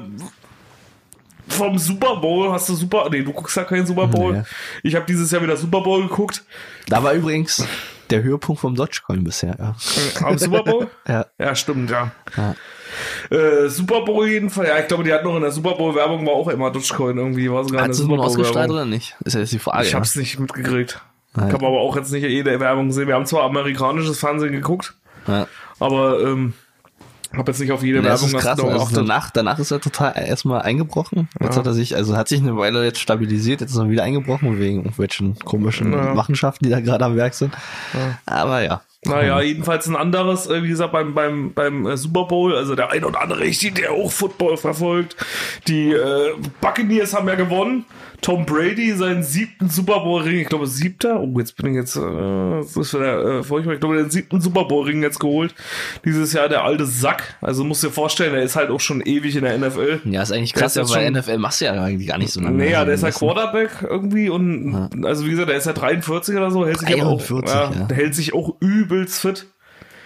vom Super Bowl. Hast du du guckst ja keinen Super Bowl. Ja. Ich habe dieses Jahr wieder Super Bowl geguckt. Da war übrigens der Höhepunkt vom Dogecoin bisher, ja. Am Super Bowl? Ja. Ja, stimmt, ja. Super Bowl jedenfalls. Ja, ich glaube, die hatten noch in der Super Bowl Werbung war auch immer Dogecoin irgendwie. Hat es nur ausgestrahlt oder nicht? Ist ja jetzt die Frage. Ich habe es nicht mitgekriegt. Ich habe aber auch jetzt nicht jede Werbung gesehen. Wir haben zwar amerikanisches Fernsehen geguckt, aber habe jetzt nicht auf jede Werbung geachtet. Also danach ist er total erstmal eingebrochen. Jetzt hat sich eine Weile jetzt stabilisiert, jetzt ist er wieder eingebrochen wegen irgendwelchen komischen Machenschaften, die da gerade am Werk sind. Aber ja. Naja, jedenfalls ein anderes, wie gesagt, beim Super Bowl, also der ein oder andere, der auch Football verfolgt. Die Buccaneers haben ja gewonnen. Tom Brady seinen 7. Super Bowl Ring, ich glaube 7. Oh, jetzt bin ich jetzt, das ist wieder furchtbar. Ich glaube, den 7. Super Bowl Ring jetzt geholt. Dieses Jahr der alte Sack. Also musst dir vorstellen, der ist halt auch schon ewig in der NFL. Ja, ist eigentlich krass, weil NFL machst du ja eigentlich gar nicht so lange. Nee, ja, der ist ja Quarterback irgendwie und also wie gesagt, der ist ja 43 oder so, hält sich 43, der hält sich auch übelst fit.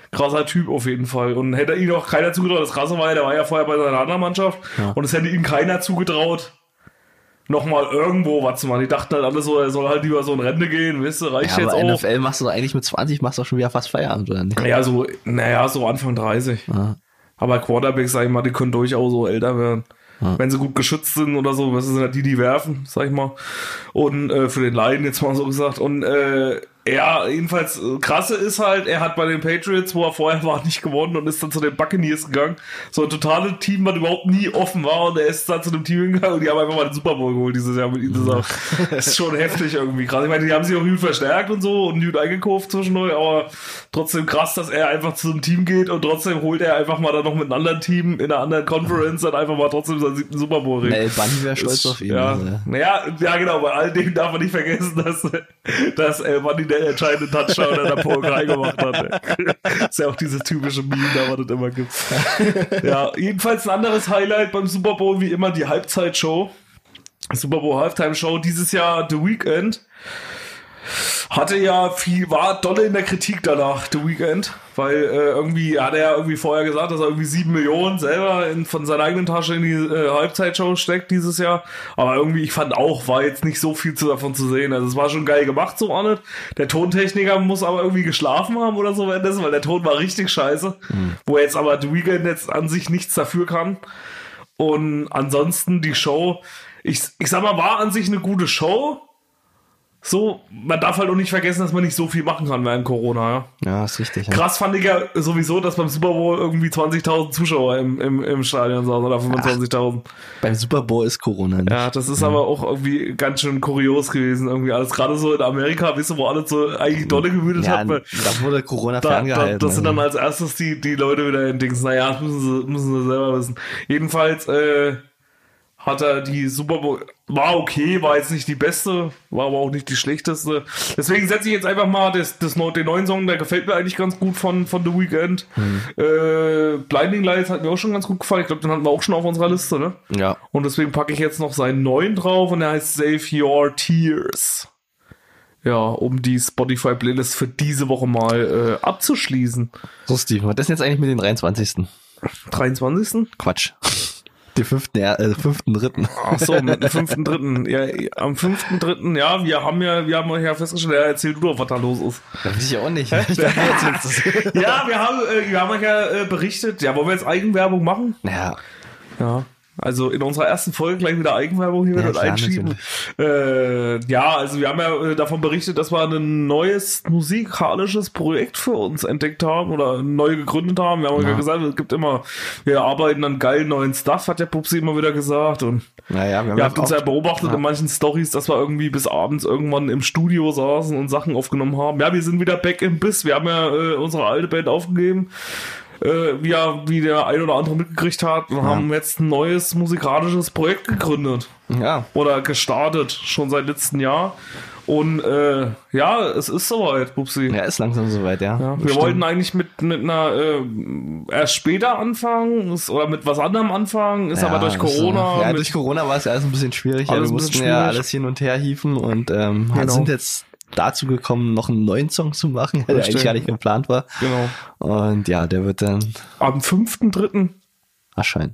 krasser Typ auf jeden Fall. Und hätte ihn auch keiner zugetraut. Das Krasse war ja, der war ja vorher bei seiner anderen Mannschaft. Ja. Und es hätte ihm keiner zugetraut, nochmal irgendwo was zu machen. Die dachten halt alle so, er soll halt lieber so in Rente gehen, weißt du, reicht jetzt auch. NFL machst du doch eigentlich mit 20, machst du schon wieder fast Feierabend, oder nicht? Ja, so Anfang 30. Ja. Aber Quarterbacks, sag ich mal, die können durchaus so älter werden. Ja. Wenn sie gut geschützt sind oder so, das sind halt die werfen, sag ich mal. Und für den Laien jetzt mal so gesagt. Und ja, jedenfalls, krasse ist halt, er hat bei den Patriots, wo er vorher war, nicht gewonnen und ist dann zu den Buccaneers gegangen. So ein totales Team, was überhaupt nie offen war, und er ist dann zu dem Team gegangen und die haben einfach mal den Super Bowl geholt dieses Jahr mit ihm zusammen. Das ist schon heftig irgendwie krass. Ich meine, die haben sich auch gut verstärkt und so und gut eingekauft zwischendurch, aber trotzdem krass, dass er einfach zu einem Team geht und trotzdem holt er einfach mal dann noch mit einem anderen Team in einer anderen Conference dann einfach mal trotzdem seinen 7. Super Bowl ring. Bunny wäre stolz auf ihn. Ja, ja, genau, bei all dem darf man nicht vergessen, dass Bunny der entscheidende Touchdown in der Pokerei gemacht hat. Das ist ja auch dieses typische Meme, da was es immer gibt. Ja, jedenfalls ein anderes Highlight beim Super Bowl, wie immer, die Halbzeitshow. Super Bowl Halftime Show. Dieses Jahr The Weeknd. War dolle in der Kritik danach, The Weeknd, weil irgendwie hat er irgendwie vorher gesagt, dass er irgendwie 7 Millionen selber von seiner eigenen Tasche in die Halbzeitshow steckt dieses Jahr, aber irgendwie, ich fand auch, war jetzt nicht so viel davon zu sehen, also es war schon geil gemacht, so auch nicht. Der Tontechniker muss aber irgendwie geschlafen haben oder so währenddessen, weil der Ton war richtig scheiße, wo jetzt aber The Weeknd jetzt an sich nichts dafür kann. Und ansonsten die Show, ich sag mal, war an sich eine gute Show. So, man darf halt auch nicht vergessen, dass man nicht so viel machen kann während Corona. Ja, ist richtig. Ja. Krass fand ich ja sowieso, dass beim Super Bowl irgendwie 20.000 Zuschauer im Stadion saßen oder 25.000. Beim Super Bowl ist Corona nicht. Ja, das ist aber auch irgendwie ganz schön kurios gewesen. Irgendwie alles, gerade so in Amerika, weißt du, wo alles so eigentlich dolle gewütet hat. Da wurde Corona ferngehalten. Das sind dann als erstes die Leute wieder in Dings. Naja, das müssen sie selber wissen. Jedenfalls, hat er die Super Bowl, war okay, war jetzt nicht die beste, war aber auch nicht die schlechteste. Deswegen setze ich jetzt einfach mal den neuen Song, der gefällt mir eigentlich ganz gut von The Weeknd. Blinding Lights hat mir auch schon ganz gut gefallen. Ich glaube, den hatten wir auch schon auf unserer Liste, ne? Ja. Und deswegen packe ich jetzt noch seinen neuen drauf und der heißt Save Your Tears. Ja, um die Spotify-Playlist für diese Woche mal abzuschließen. So, Steve, was ist jetzt eigentlich mit den 23.? 23.? Quatsch. Den 5.3. Ach so, mit dem 5.3. Ja, am 5.3. Ja, wir haben ja festgestellt, erzähl du doch, was da los ist. Das weiß ich auch nicht. Ja, wir haben euch ja berichtet. Ja, wollen wir jetzt Eigenwerbung machen? Ja. Ja. Also in unserer ersten Folge gleich wieder Eigenwerbung hier mit einschieben. Ja, also wir haben ja davon berichtet, dass wir ein neues musikalisches Projekt für uns entdeckt haben oder neu gegründet haben. Wir haben ja gesagt, wir arbeiten an geilen neuen Stuff, hat der Pupsi immer wieder gesagt. Und wir habt uns ja beobachtet in manchen Stories, dass wir irgendwie bis abends irgendwann im Studio saßen und Sachen aufgenommen haben. Ja, wir sind wieder back im Biss. Wir haben ja unsere alte Band aufgegeben. Wie der ein oder andere mitgekriegt hat, und haben jetzt ein neues musikalisches Projekt gegründet. Ja. Oder gestartet, schon seit letztem Jahr. Und es ist soweit, Pupsi. Ja, ist langsam soweit, ja. Wir wollten eigentlich mit einer erst später anfangen oder mit was anderem anfangen, ist aber durch Corona. Durch Corona war es ja alles ein bisschen schwierig. Wir mussten ja alles hin und her hieven und sind jetzt dazu gekommen, noch einen neuen Song zu machen, der eigentlich gar nicht geplant war. Genau. Und ja, der wird dann am 5.3. erscheinen.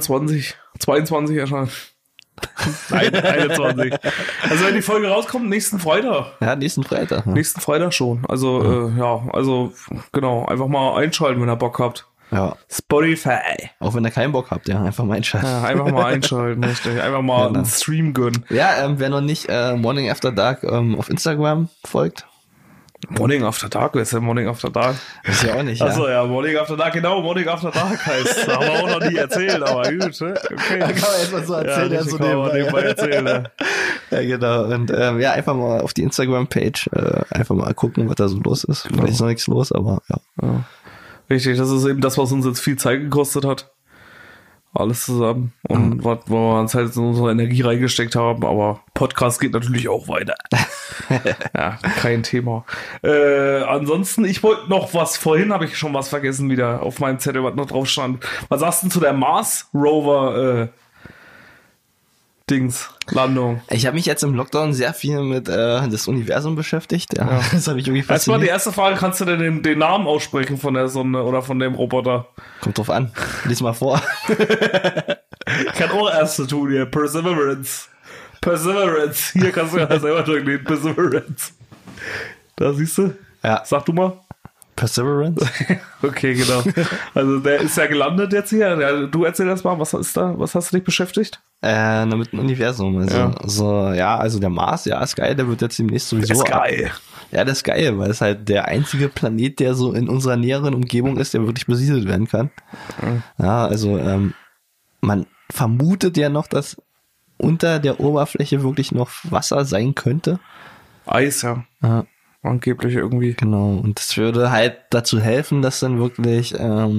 22 erscheinen. Nein, 21. Also wenn die Folge rauskommt, nächsten Freitag. Ja, nächsten Freitag. Ja. Nächsten Freitag schon. Also, genau, einfach mal einschalten, wenn ihr Bock habt. Ja. Spotify. Auch wenn ihr keinen Bock habt, ja, einfach mal einschalten. Ja, einfach mal einschalten, richtig. Einfach mal einen Stream gönnen. Ja, wer noch nicht Morning After Dark auf Instagram folgt. Morning After Dark, wer ist denn Morning After Dark? Ist ja auch nicht, ja. Achso, ja, Morning After Dark, genau, Morning After Dark heißt. Da haben wir auch noch nie erzählt, aber gut, ne? Okay. Da kann man erstmal so erzählen, ja, so nebenbei erzählen, ja. Ja, genau. Und einfach mal auf die Instagram-Page einfach mal gucken, was da so los ist. Vielleicht ist noch nichts los, aber ja. Richtig, das ist eben das, was uns jetzt viel Zeit gekostet hat. Alles zusammen. Und wo wir uns halt in unsere Energie reingesteckt haben. Aber Podcast geht natürlich auch weiter. Ja, kein Thema. Ansonsten, ich wollte noch was, vorhin habe ich schon was vergessen wieder auf meinem Zettel, was noch drauf stand. Was sagst du zu der Mars Rover Landung. Ich habe mich jetzt im Lockdown sehr viel mit das Universum beschäftigt. Ja. Das habe ich irgendwie fasziniert. Erstmal die erste Frage, kannst du denn den Namen aussprechen von der Sonne oder von dem Roboter? Kommt drauf an. Lies mal vor. Ich kann auch erste tun hier. Perseverance. Hier kannst du ja selber durchlesen. Perseverance. Da siehst du? Ja. Sag du mal. Perseverance? Okay, genau. Also der ist ja gelandet jetzt hier. Ja, du erzähl das mal, was ist da? Was hast du dich beschäftigt? Mit dem Universum. Also der Mars, ja, ist geil, der wird jetzt demnächst sowieso. Ist geil. Ja, das ist geil, weil es halt der einzige Planet, der so in unserer näheren Umgebung ist, der wirklich besiedelt werden kann. Mhm. Ja, also man vermutet ja noch, dass unter der Oberfläche wirklich noch Wasser sein könnte. Eis, ja. Angeblich irgendwie. Genau, und das würde halt dazu helfen, dass dann wirklich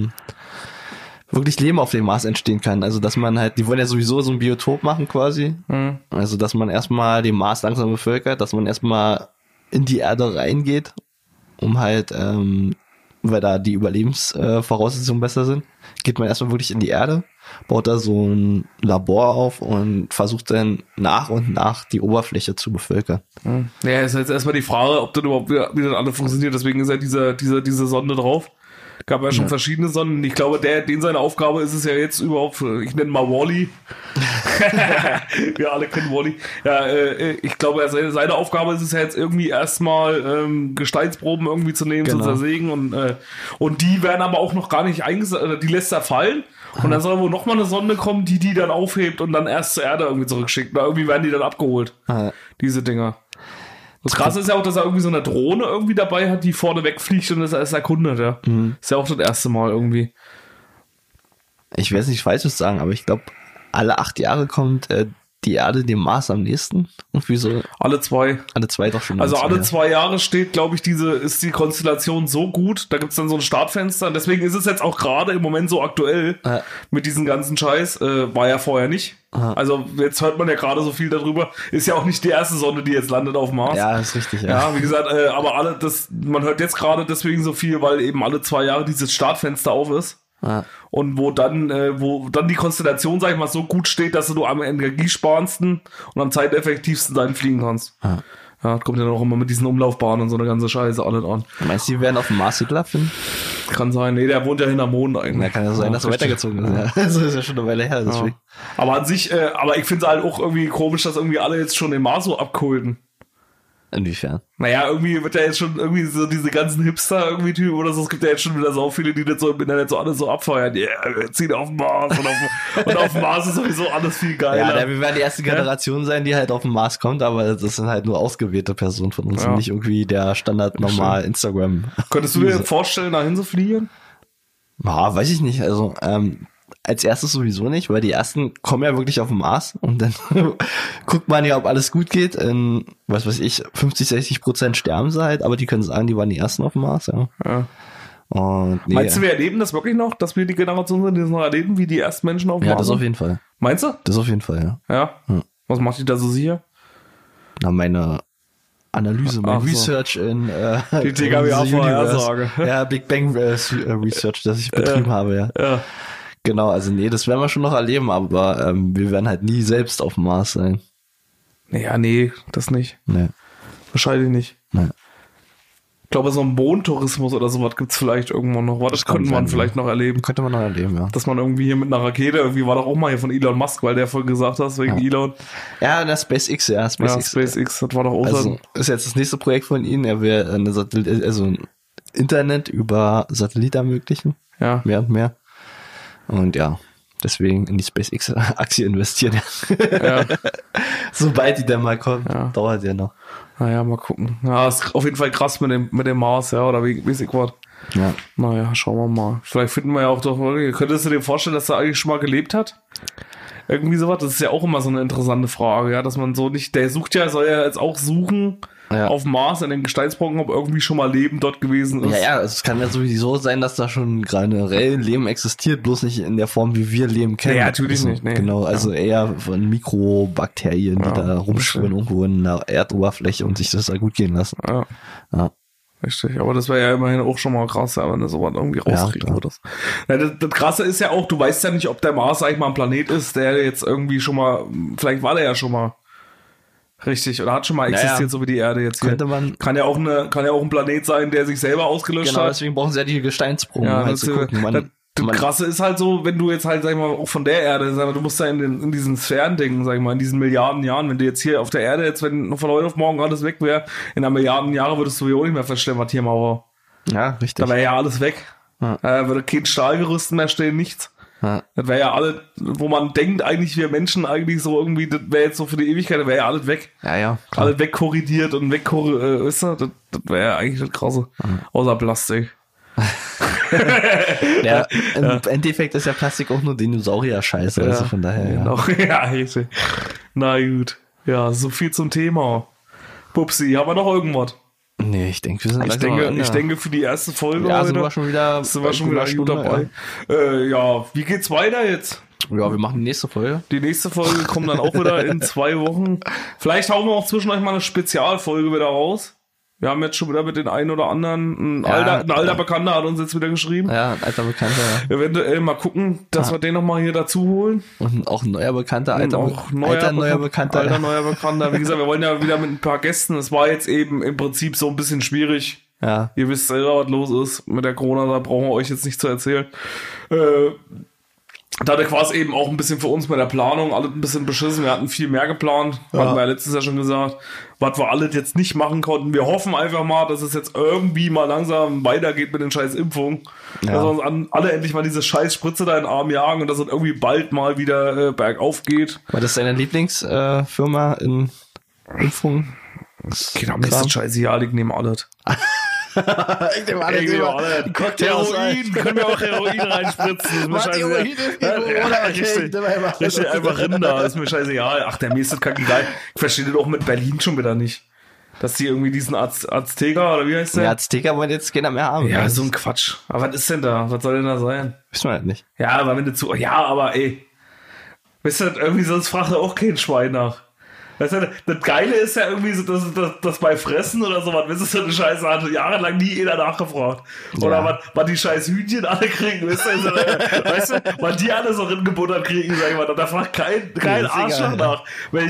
Leben auf dem Mars entstehen kann. Also dass man halt, die wollen ja sowieso so ein Biotop machen quasi. Mhm. Also dass man erstmal den Mars langsam bevölkert, dass man erstmal in die Erde reingeht, um halt, weil da die Überlebensvoraussetzungen besser sind, geht man erstmal wirklich in die Erde, baut da so ein Labor auf und versucht dann nach und nach die Oberfläche zu bevölkern. Ja, ist jetzt erstmal die Frage, ob das überhaupt wie das alles funktioniert. Deswegen ist ja diese Sonde drauf. Gab ja schon verschiedene Sonden. Ich glaube, seine Aufgabe ist es ja jetzt überhaupt, ich nenne mal Wall-E. Wir alle kennen Wall-E. Ja, ich glaube, seine Aufgabe ist es ja jetzt irgendwie erstmal Gesteinsproben irgendwie zu nehmen, zu zersägen und die werden aber auch noch gar nicht eingesetzt, die lässt er fallen und dann soll wohl nochmal eine Sonde kommen, die dann aufhebt und dann erst zur Erde irgendwie zurückschickt. Oder irgendwie werden die dann abgeholt, diese Dinger. Das Krasse ist ja auch, dass er irgendwie so eine Drohne irgendwie dabei hat, die vorne wegfliegt und das erst erkundet, ja. Mhm. Ist ja auch das erste Mal irgendwie. Ich weiß nicht Falsches sagen, aber ich glaube, alle 8 Jahre kommt die Erde dem Mars am nächsten. Irgendwie so. Alle 2. Alle 2 doch schon. Also alle 2 Jahre steht, glaube ich, ist die Konstellation so gut. Da gibt's dann so ein Startfenster. Und deswegen ist es jetzt auch gerade im Moment so aktuell mit diesem ganzen Scheiß. War ja vorher nicht. Also jetzt hört man ja gerade so viel darüber. Ist ja auch nicht die erste Sonde, die jetzt landet auf dem Mars. Ja, ist richtig. Ja, wie gesagt, aber man hört jetzt gerade deswegen so viel, weil eben alle 2 Jahre dieses Startfenster auf ist. Und wo dann die Konstellation, sag ich mal, so gut steht, dass du am energiesparendsten und am zeiteffektivsten dahin fliegen kannst. Ja, das kommt ja noch immer mit diesen Umlaufbahnen und so eine ganze Scheiße alles an. Meinst du, die werden auf dem Mars geklappt? Kann sein. Nee, der wohnt ja hinterm Mond eigentlich. Ja, kann ja sein, dass er weitergezogen ist. Ja. Das ist ja schon eine Weile her. Deswegen. Aber an sich, aber ich finde es halt auch irgendwie komisch, dass irgendwie alle jetzt schon den Mars so abkulten. Inwiefern? Naja, irgendwie wird ja jetzt schon irgendwie so diese ganzen Hipster irgendwie Typen oder so, es gibt ja jetzt schon wieder so viele, die das so im Internet so alles so abfeuern. Ja, wir ziehen auf den Mars und auf dem Mars ist sowieso alles viel geiler. Ja, wir werden die erste Generation sein, die halt auf den Mars kommt, aber das sind halt nur ausgewählte Personen von uns und nicht irgendwie der Standard normal Instagram. Könntest du dir vorstellen, dahin zu fliegen? Ja, weiß ich nicht, also als erstes sowieso nicht, weil die ersten kommen ja wirklich auf den Mars und dann guckt man ja, ob alles gut geht. In, 50-60% sterben sie halt, aber die können sagen, die waren die ersten auf dem Mars, ja. Und, meinst du, wir erleben das wirklich noch, dass wir die Generation sind, die das noch erleben, wie die ersten Menschen auf dem Mars sind? Ja, das auf jeden Fall. Meinst du? Das auf jeden Fall, ja. Ja? Was macht dich da so sicher? Na, meine Analyse, mein Research in die TKWA-Vorhersage. Ja, Big Bang Research, das ich betrieben habe, ja. Genau, also nee, das werden wir schon noch erleben, aber wir werden halt nie selbst auf dem Mars sein. Naja, nee, das nicht. Nee. Wahrscheinlich nicht. Nee. Ich glaube, so ein Mondtourismus oder sowas gibt's vielleicht irgendwann noch. Das könnte man vielleicht noch erleben. Könnte man noch erleben, ja. Dass man irgendwie hier mit einer Rakete, irgendwie war doch auch mal hier von Elon Musk, weil der voll gesagt hat, wegen Elon. Ja, der SpaceX, SpaceX, das war doch auch also, ist jetzt das nächste Projekt von ihnen. Er will ein Internet über Satellit ermöglichen. Ja. Mehr und mehr. Und ja, deswegen in die SpaceX-Aktie investieren. Ja. Sobald die dann mal kommt, dauert ja noch. Naja, mal gucken. Ja, ist auf jeden Fall krass mit dem Mars, ja, oder wie ich was. Ja. Naja, schauen wir mal. Vielleicht finden wir ja auch doch, könntest du dir vorstellen, dass er eigentlich schon mal gelebt hat? Irgendwie sowas? Das ist ja auch immer so eine interessante Frage, ja, dass man so nicht, soll ja jetzt auch suchen auf dem Mars in den Gesteinsbrocken, ob irgendwie schon mal Leben dort gewesen ist. Ja, es kann ja sowieso sein, dass da schon generell Leben existiert, bloß nicht in der Form, wie wir Leben kennen. Ja, natürlich nicht. Nee. Genau, also eher von Mikrobakterien, die da rumschwimmen irgendwo in der Erdoberfläche und sich das da gut gehen lassen. Ja. Richtig, aber das wäre ja immerhin auch schon mal krass, wenn du sowas irgendwie rauskriegen würdest. Ja, das Krasse ist ja auch, du weißt ja nicht, ob der Mars eigentlich mal ein Planet ist, der jetzt irgendwie schon mal, vielleicht war der ja schon mal richtig oder hat schon mal existiert, so wie die Erde jetzt hier. Kann ja auch ein Planet sein, der sich selber ausgelöscht hat. Genau, deswegen brauchen sie ja die Gesteinsproben, halt zu gucken. Das Krasse ist halt so, wenn du jetzt halt, sag ich mal, auch von der Erde, sag ich mal, du musst ja in diesen Sphären denken, sag ich mal, in diesen Milliarden Jahren, wenn du jetzt hier auf der Erde, jetzt wenn von heute auf morgen alles weg wäre, in einer Milliarden Jahre würdest du sowieso nicht mehr feststellen, was hier Mauer. Ja, richtig. Da wäre ja alles weg. Ja. Würde kein Stahlgerüst mehr stehen, nichts. Ja. Das wäre ja alles, wo man denkt, eigentlich wir Menschen eigentlich so irgendwie, das wäre jetzt so für die Ewigkeit, das wäre ja alles weg. Ja, klar. Alles wegkorrigiert und weißt du, das wäre ja eigentlich das Krasse. Außer Plastik. Ja, im Endeffekt ist ja Plastik auch nur Dinosaurier-Scheiße, also von daher. Genau. Ja, richtig. Na gut. Ja, so viel zum Thema. Pupsi, haben wir noch irgendwas? Nee, ich denke, wir sind Ich denke, für die erste Folge heute sind wir schon wieder gut dabei. Ja, wie geht's weiter jetzt? Ja, wir machen die nächste Folge. Die nächste Folge kommt dann auch wieder in 2 Wochen. Vielleicht hauen wir auch zwischendurch mal eine Spezialfolge wieder raus. Wir haben jetzt schon wieder mit den einen oder anderen, ein alter Bekannter hat uns jetzt wieder geschrieben. Ja, ein alter Bekannter. Ja. Eventuell mal gucken, dass wir den nochmal hier dazu holen. Und auch ein neuer Bekannter, alter neuer Bekannter. Wie gesagt, wir wollen ja wieder mit ein paar Gästen. Es war jetzt eben im Prinzip so ein bisschen schwierig. Ja. Ihr wisst selber, was los ist mit der Corona, da brauchen wir euch jetzt nicht zu erzählen. Dadurch war es eben auch ein bisschen für uns mit der Planung alles ein bisschen beschissen. Wir hatten viel mehr geplant, hatten wir ja letztes Jahr schon gesagt, was wir alles jetzt nicht machen konnten. Wir hoffen einfach mal, dass es jetzt irgendwie mal langsam weitergeht mit den scheiß Impfungen. Ja. Dass wir uns alle endlich mal diese scheiß Spritze da in den Arm jagen und dass es irgendwie bald mal wieder bergauf geht. War das deine Lieblingsfirma in Impfungen? Geht am nächsten Scheiße, ich nehme alles. Ich nehme alles. Heroin, können wir auch Heroin reinspritzen. Was Heroin ist, richtig, einfach Rinder, ist mir scheißegal. Ach, mir ist das kacke geil. Ich verstehe das auch mit Berlin schon wieder nicht. Dass die irgendwie diesen Azteker, oder wie heißt der? Ja, Azteker wollen jetzt keiner mehr haben. Ja, so ein Quatsch. Aber was ist denn da? Was soll denn da sein? Wissen wir halt nicht. Ja, aber wenn du aber ey. Weißt du, irgendwie sonst fragt er auch kein Schwein nach. Weißt du, das Geile ist ja irgendwie so, dass bei Fressen oder sowas, weißt du, so eine Scheiße hatte jahrelang nie jeder nachgefragt. Oder was die scheiß Hühnchen alle kriegen, weißt du, was die alle so ringebuttert kriegen, sag ich mal, da fragt kein Arschloch nach,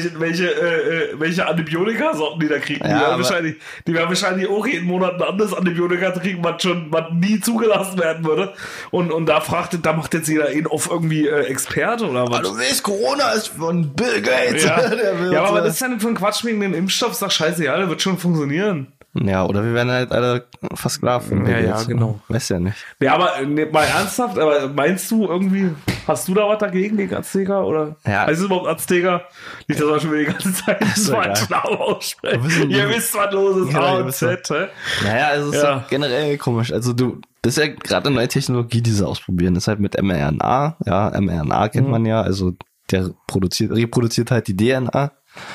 welche Antibiotika-Sorten die da kriegen. Ja, die werden wahrscheinlich auch jeden Monat ein anderes Antibiotika kriegen, was nie zugelassen werden würde. Und da macht jetzt jeder auf irgendwie Experte oder was. Du weißt, Corona ist von Bill Gates. Ja, aber was ist denn für ein Quatsch wegen dem Impfstoff? Sag scheiße, ja, der wird schon funktionieren. Ja, oder wir werden halt alle versklavt. Ja, genau. Weiß ja nicht. Ja, aber mal ernsthaft, aber meinst du irgendwie, hast du da was dagegen gegen Azteker? Oder heißt es überhaupt Azteker? Nicht, dass wir schon wieder die ganze Zeit so einen Namen aussprechen. Ihr wisst, was los ist, A und Z. Naja, also es ist ja generell komisch. Also das ist ja gerade eine neue Technologie, die sie ausprobieren. Das ist halt mit mRNA. Ja, mRNA kennt man ja. Also der reproduziert halt die DNA.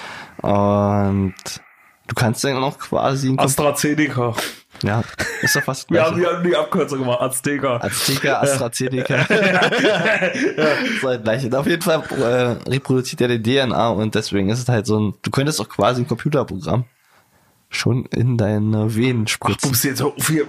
Und du kannst dann noch quasi... AstraZeneca. Ja, ist doch fast Wir haben die Abkürzung gemacht, Azteca, AstraZeneca. Das ist halt gleich. Und auf jeden Fall reproduziert er die DNA und deswegen ist es halt so du könntest doch quasi ein Computerprogramm schon in deine Venen spritzen. Ach, jetzt so viel.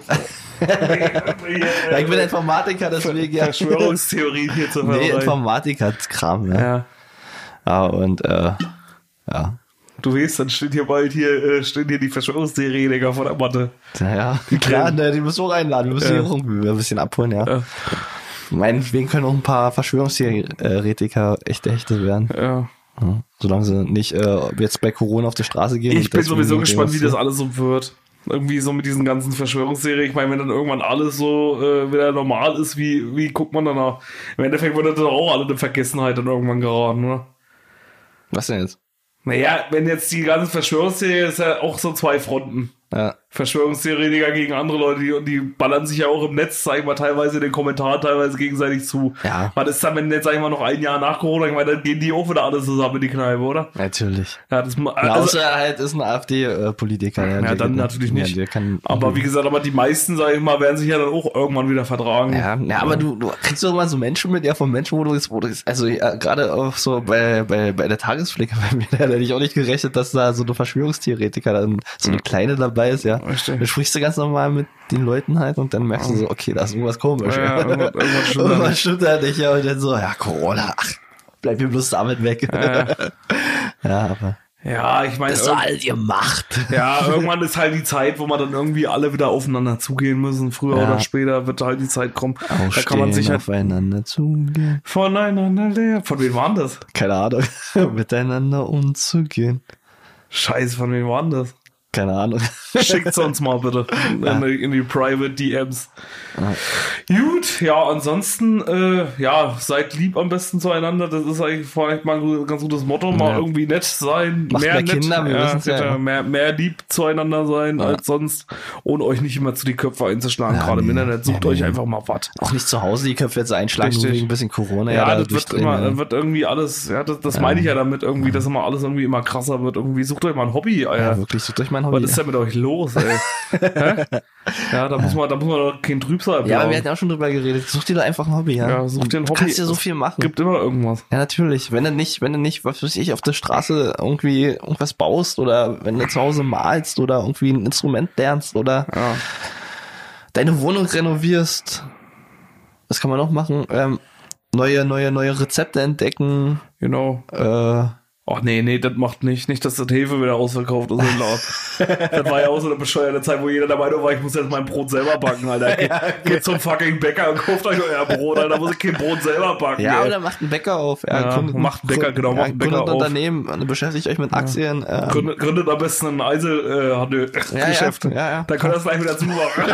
Ja, ich bin Informatiker, deswegen ja. Verschwörungstheorie hier zu hören. Nee, Informatiker-Kram, ja. Ja, und ja. Du weißt, dann stehen hier die Verschwörungstheoretiker von der Matte. Naja, klar, die müssen wir auch einladen. Wir müssen die auch irgendwie ein bisschen abholen, ja. Meinetwegen können auch ein paar Verschwörungstheoretiker echte werden. Ja. Solange sie nicht jetzt bei Corona auf die Straße gehen. Ich bin sowieso gespannt, wie das alles so wird. Irgendwie so mit diesen ganzen Verschwörungsserien. Ich meine, wenn dann irgendwann alles so wieder normal ist, wie guckt man danach? Im Endeffekt wird das auch alle in Vergessenheit dann irgendwann geraten, oder? Was denn jetzt? Naja, wenn jetzt die ganze Verschwörungsserie ist ja auch so 2 Fronten. Ja. Verschwörungstheoretiker gegen andere Leute, die ballern sich ja auch im Netz, sag ich mal, teilweise in den Kommentaren, teilweise gegenseitig zu. Ja. Was ist dann, wenn jetzt, sag ich mal, noch ein Jahr nach Corona, ich meine, dann gehen die auch wieder alle zusammen in die Kneipe, oder? Natürlich. Ja, außer er halt ist ein AfD-Politiker. Ja, dann natürlich nicht. Aber wie gesagt, die meisten, sag ich mal, werden sich ja dann auch irgendwann wieder vertragen. Ja, aber du kriegst doch mal so Menschen mit, von Menschen, wo du also gerade auch so bei der Tagespflege, bei mir, da hätte ich auch nicht gerechnet, dass da so eine Verschwörungstheoretiker dann so eine kleine dabei ist, ja. oder Richtig. du sprichst du ganz normal mit den Leuten halt und dann merkst du so, okay, da ist irgendwas komisch. Ja, irgendwas stimmt da nicht, ja, und dann so, ja, Corona, ach, bleib mir bloß damit weg. Ja, aber... Ja, ich meine... Das ist all ihr Macht. Ja, irgendwann ist halt die Zeit, wo man dann irgendwie alle wieder aufeinander zugehen müssen. Früher oder später wird halt die Zeit kommen. Aufstehen, da kann man sich halt aufeinander zugehen. Voneinander lernen. Von wem war das? Keine Ahnung. Miteinander umzugehen. Scheiße, von wem war das? Keine Ahnung. Schickt's uns mal bitte in die Private DMs. Gut, ja, ansonsten, seid lieb am besten zueinander. Das ist eigentlich vielleicht mal ein ganz gutes Motto. Mal irgendwie nett sein. Macht mehr nett, Kinder, wir wissen's ja. Mehr lieb zueinander sein als sonst. Und euch nicht immer zu die Köpfe einzuschlagen. Gerade im Internet. Sucht euch einfach mal was. Auch nicht zu Hause die Köpfe jetzt einschlagen, nur wegen ein bisschen Corona. Ja, das wird irgendwie alles, das meine ich ja damit irgendwie, dass immer alles irgendwie immer krasser wird. Irgendwie sucht euch mal ein Hobby, Alter. Ja, wirklich, sucht euch mal ein Hobby. Was ist denn mit euch los, ey? Ja, da muss man doch kein Trübsal haben. Ja, aber wir hatten auch schon drüber geredet. Such dir doch einfach ein Hobby, ja. Ja, such dir ein Hobby. Du kannst ja so viel machen. Gibt immer irgendwas. Ja, natürlich. Wenn du nicht, was weiß ich, auf der Straße irgendwie irgendwas baust oder wenn du zu Hause malst oder irgendwie ein Instrument lernst oder deine Wohnung renovierst. Was kann man noch machen? Neue Rezepte entdecken. Genau. Ach nee, das macht nicht. Nicht, dass das Hefe wieder ausverkauft ist im Laden. Das war ja auch so eine bescheuerte Zeit, wo jeder der Meinung war, ich muss jetzt mein Brot selber backen, Alter. Geht zum fucking Bäcker und kauft euch euer Brot, Alter. Da muss ich kein Brot selber backen. Ja, oder macht einen Bäcker auf. Macht einen Bäcker, genau. Macht einen Bäcker auf. Unternehmen, beschäftigt euch mit Aktien. Gründet am besten ein Eisel-Geschäft. Ja. Da könnt ihr es gleich wieder zumachen.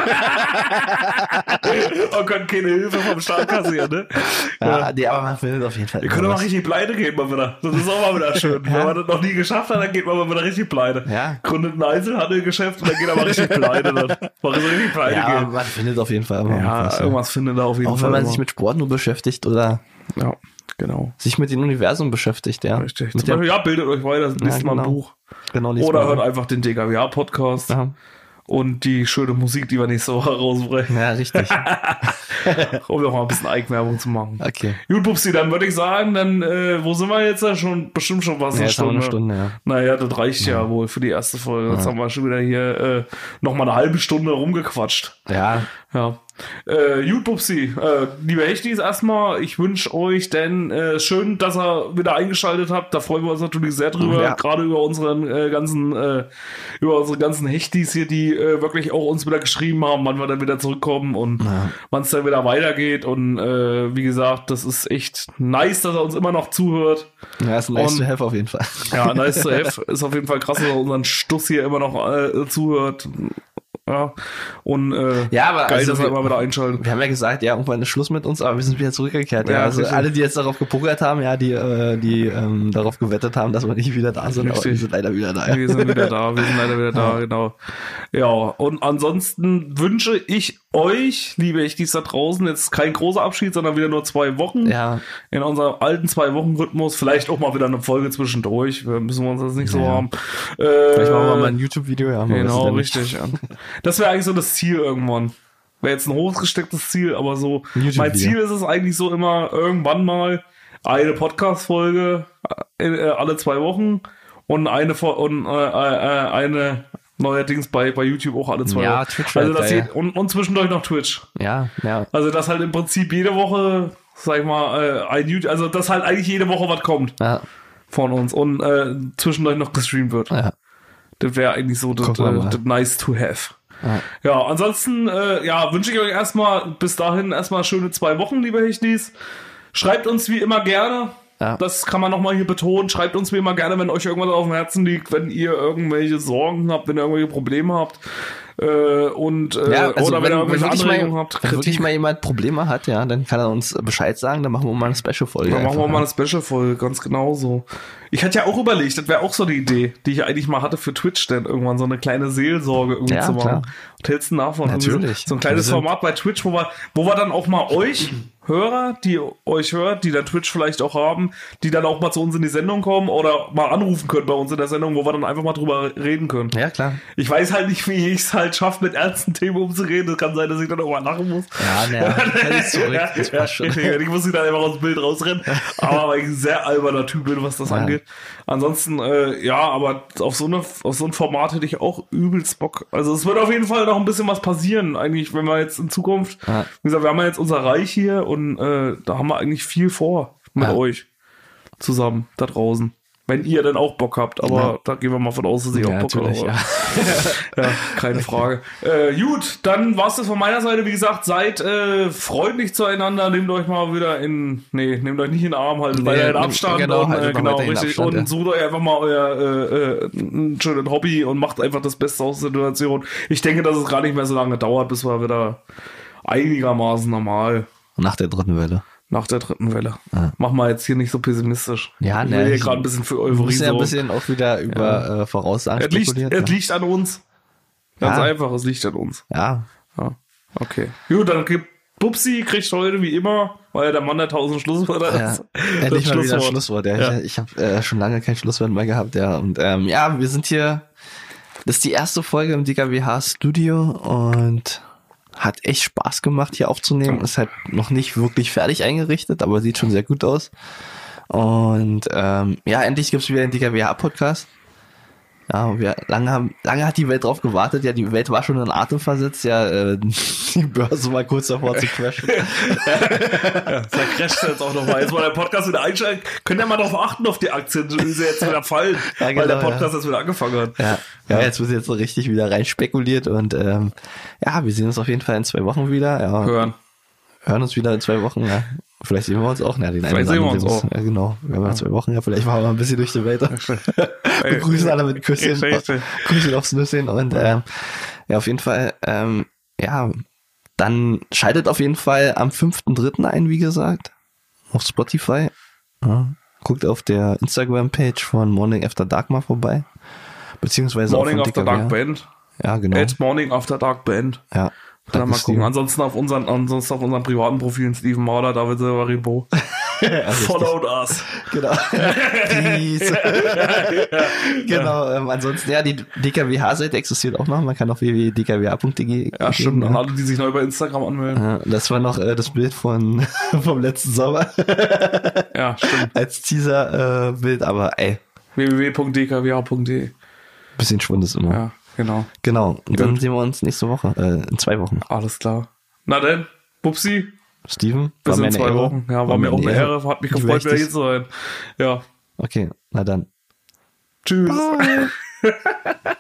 Und könnt keine Hilfe vom Staat kassieren, ne? Ja, aber man findet auf jeden Fall. Ihr könnt mal richtig pleite gehen mal wieder. Das ist auch mal wieder schön. Wenn man das noch nie geschafft hat, dann geht man mal wieder richtig pleite. Ja. Gründet ein Einzelhandelgeschäft und dann geht er mal richtig pleite. Dann mal so richtig pleite gehen. Ja, man findet auf jeden Fall immer was. Irgendwas findet er auf jeden Fall. Auch wenn man sich mit Sport nur beschäftigt oder sich mit dem Universum beschäftigt, ja. Richtig. Zum Beispiel, bildet euch weiter, liest mal ein Buch. Genau, oder hört einfach den DKWA-Podcast. Ja. Und die schöne Musik, die wir nächste Woche rausbringen. Ja, richtig. Um noch mal ein bisschen Eigenwerbung zu machen. Okay. Gut, Pupsi, dann würde ich sagen, dann, wo sind wir jetzt? Bestimmt schon was. Eine Stunde, ja. Naja, das reicht ja wohl für die erste Folge. Jetzt haben wir schon wieder hier noch mal eine halbe Stunde rumgequatscht. Ja. Gut, Pupsi, liebe Hechtis, erstmal, ich wünsche euch denn schön, dass ihr wieder eingeschaltet habt. Da freuen wir uns natürlich sehr drüber, gerade über unsere ganzen Hechtis hier, die wirklich auch uns wieder geschrieben haben, wann wir dann wieder zurückkommen und wann es dann wieder weitergeht. Und wie gesagt, das ist echt nice, dass er uns immer noch zuhört. Ja, ist nice to have auf jeden Fall. Ja, nice to have. Ist auf jeden Fall krass, dass er unseren Stuss hier immer noch zuhört. Ja, und aber geil, also dass wir immer wieder einschalten. Wir haben ja gesagt, irgendwann ist Schluss mit uns, aber wir sind wieder zurückgekehrt. Ja, also alle, die jetzt darauf gepokert haben, die darauf gewettet haben, dass wir nicht wieder da sind, aber wir sind leider wieder da. Ja. Wir sind leider wieder da, genau. Ja, und ansonsten wünsche ich euch, liebe Echtis da draußen, jetzt kein großer Abschied, sondern wieder nur 2 Wochen. Ja. In unserem alten 2-Wochen-Rhythmus. Vielleicht auch mal wieder eine Folge zwischendurch. Müssen wir uns das nicht so haben. Vielleicht machen wir mal ein YouTube-Video. Ja, genau, richtig. Ja. Das wäre eigentlich so das Ziel irgendwann. Wäre jetzt ein hochgestecktes Ziel, aber so. Mein Ziel ist es eigentlich so immer, irgendwann mal eine Podcast-Folge alle 2 Wochen und eine neuerdings bei YouTube auch alle 2 Wochen. Ja, Twitch. Also und zwischendurch noch Twitch. Ja. Also dass halt im Prinzip jede Woche, sag ich mal, ein YouTube, also dass halt eigentlich jede Woche was kommt von uns und zwischendurch noch gestreamt wird. Ja. Das wäre eigentlich so das nice to have. Ja, ansonsten wünsche ich euch erstmal bis dahin erstmal schöne 2 Wochen, liebe Hechtis. Schreibt uns wie immer gerne. Ja. Das kann man nochmal hier betonen. Schreibt uns wie immer gerne, wenn euch irgendwas auf dem Herzen liegt, wenn ihr irgendwelche Sorgen habt, wenn ihr irgendwelche Probleme habt. Oder wenn ihr irgendwelche Anregungen habt. Wenn wirklich mal jemand Probleme hat, dann kann er uns Bescheid sagen, dann machen wir mal eine Special-Folge. Dann machen wir mal eine Special-Folge, ganz genau so. Ich hatte ja auch überlegt, das wäre auch so die Idee, die ich eigentlich mal hatte für Twitch, denn irgendwann so eine kleine Seelsorge irgendwie zu machen. Klar. Was hältst du davon? Natürlich. So ein kleines Format bei Twitch, wo wir dann auch mal euch Hörer, die euch hört, die dann Twitch vielleicht auch haben, die dann auch mal zu uns in die Sendung kommen oder mal anrufen können bei uns in der Sendung, wo wir dann einfach mal drüber reden können. Ja, klar. Ich weiß halt nicht, wie ich es halt schaffe, mit ernsten Themen umzureden. Es kann sein, dass ich dann auch mal lachen muss. Ja, naja, das passt schon. Ich muss wieder einfach aus dem Bild rausrennen. Aber weil ich ein sehr alberner Typ bin, was das angeht. Ansonsten, aber auf so ein Format hätte ich auch übelst Bock. Also es wird auf jeden Fall noch ein bisschen was passieren, eigentlich, wenn wir jetzt in Zukunft, wie gesagt, wir haben ja jetzt unser Reich hier und da haben wir eigentlich viel vor mit euch zusammen da draußen. Wenn ihr dann auch Bock habt, aber da gehen wir mal von aus, dass ihr auch Bock habt. Ja, keine Frage. Gut, dann war's das von meiner Seite. Wie gesagt, seid freundlich zueinander. Nehmt euch mal wieder nehmt euch nicht in den Arm, haltet weiter in Abstand. Genau, richtig. Abstand, und sucht euch einfach mal euer schönes Hobby und macht einfach das Beste aus der Situation. Ich denke, dass es gar nicht mehr so lange dauert, bis wir wieder einigermaßen normal. Nach der dritten Welle. Nach der dritten Welle. Mach mal jetzt hier nicht so pessimistisch. Ja, ich will hier gerade ein bisschen für Euphorie. Du musst ja ein bisschen auch wieder über Voraussagen spekulieren. Es liegt an uns. Ganz einfach, es liegt an uns. Ja. Okay. Gut, dann Bubsi kriegt heute wie immer, weil der Mann der 1000 Schlusswörter ist. Endlich mal wieder ein Schlusswort. Ich habe schon lange kein Schlusswort mehr gehabt. Ja. Und wir sind hier. Das ist die erste Folge im DKWH Studio und hat echt Spaß gemacht, hier aufzunehmen. Ist halt noch nicht wirklich fertig eingerichtet, aber sieht schon sehr gut aus. Und endlich gibt's wieder den DKWH-Podcast. Ja, lange hat die Welt drauf gewartet. Ja, die Welt war schon in Atem versetzt. Ja, die Börse war kurz davor zu crashen. Da crasht jetzt auch noch mal. Jetzt mal der Podcast wieder einsteigen. Könnt ihr mal darauf achten, auf die Aktien, wie sie jetzt wieder fallen, weil der Podcast jetzt wieder angefangen hat. Ja, jetzt wird jetzt so richtig wieder rein spekuliert und wir sehen uns auf jeden Fall in 2 Wochen wieder. Ja, hören uns wieder in 2 Wochen. Ja. Vielleicht sehen wir uns auch. Vielleicht sehen wir uns auch. Ja, genau. Wir haben 2 Wochen. Ja, vielleicht machen wir ein bisschen durch die Welt. Wir grüßen alle mit Küsschen. Küsschen aufs Nüsschen. Und auf jeden Fall, dann schaltet auf jeden Fall am 5.3. ein, wie gesagt, auf Spotify. Ja. Guckt auf der Instagram-Page von Morning After Dark mal vorbei. Beziehungsweise Morning After Dark Band. Ja, genau. At Morning After Dark Band. Ja. Dann mal gucken. Ansonsten auf unseren privaten Profilen Steven Marder, David Silverino. Followed us. Genau. Peace. Genau. Ansonsten, die DKWH-Seite existiert auch noch. Man kann auf www.dkwh.de. Ja, stimmt. An alle, die sich neu bei Instagram anmelden. Ja, das war noch das Bild vom letzten Sommer. Ja, stimmt. Als Teaser-Bild, aber www.dkwh.de. Bisschen Schwund ist immer. Ja. Genau. Und dann sehen wir uns nächste Woche, in 2 Wochen. Alles klar. Na denn, Bubsi. Steven. Bis in 2 Wochen. Ja, war mir auch eine Ehre. Hat mich gefreut, wieder hier zu sein. Ja. Okay, na dann. Tschüss.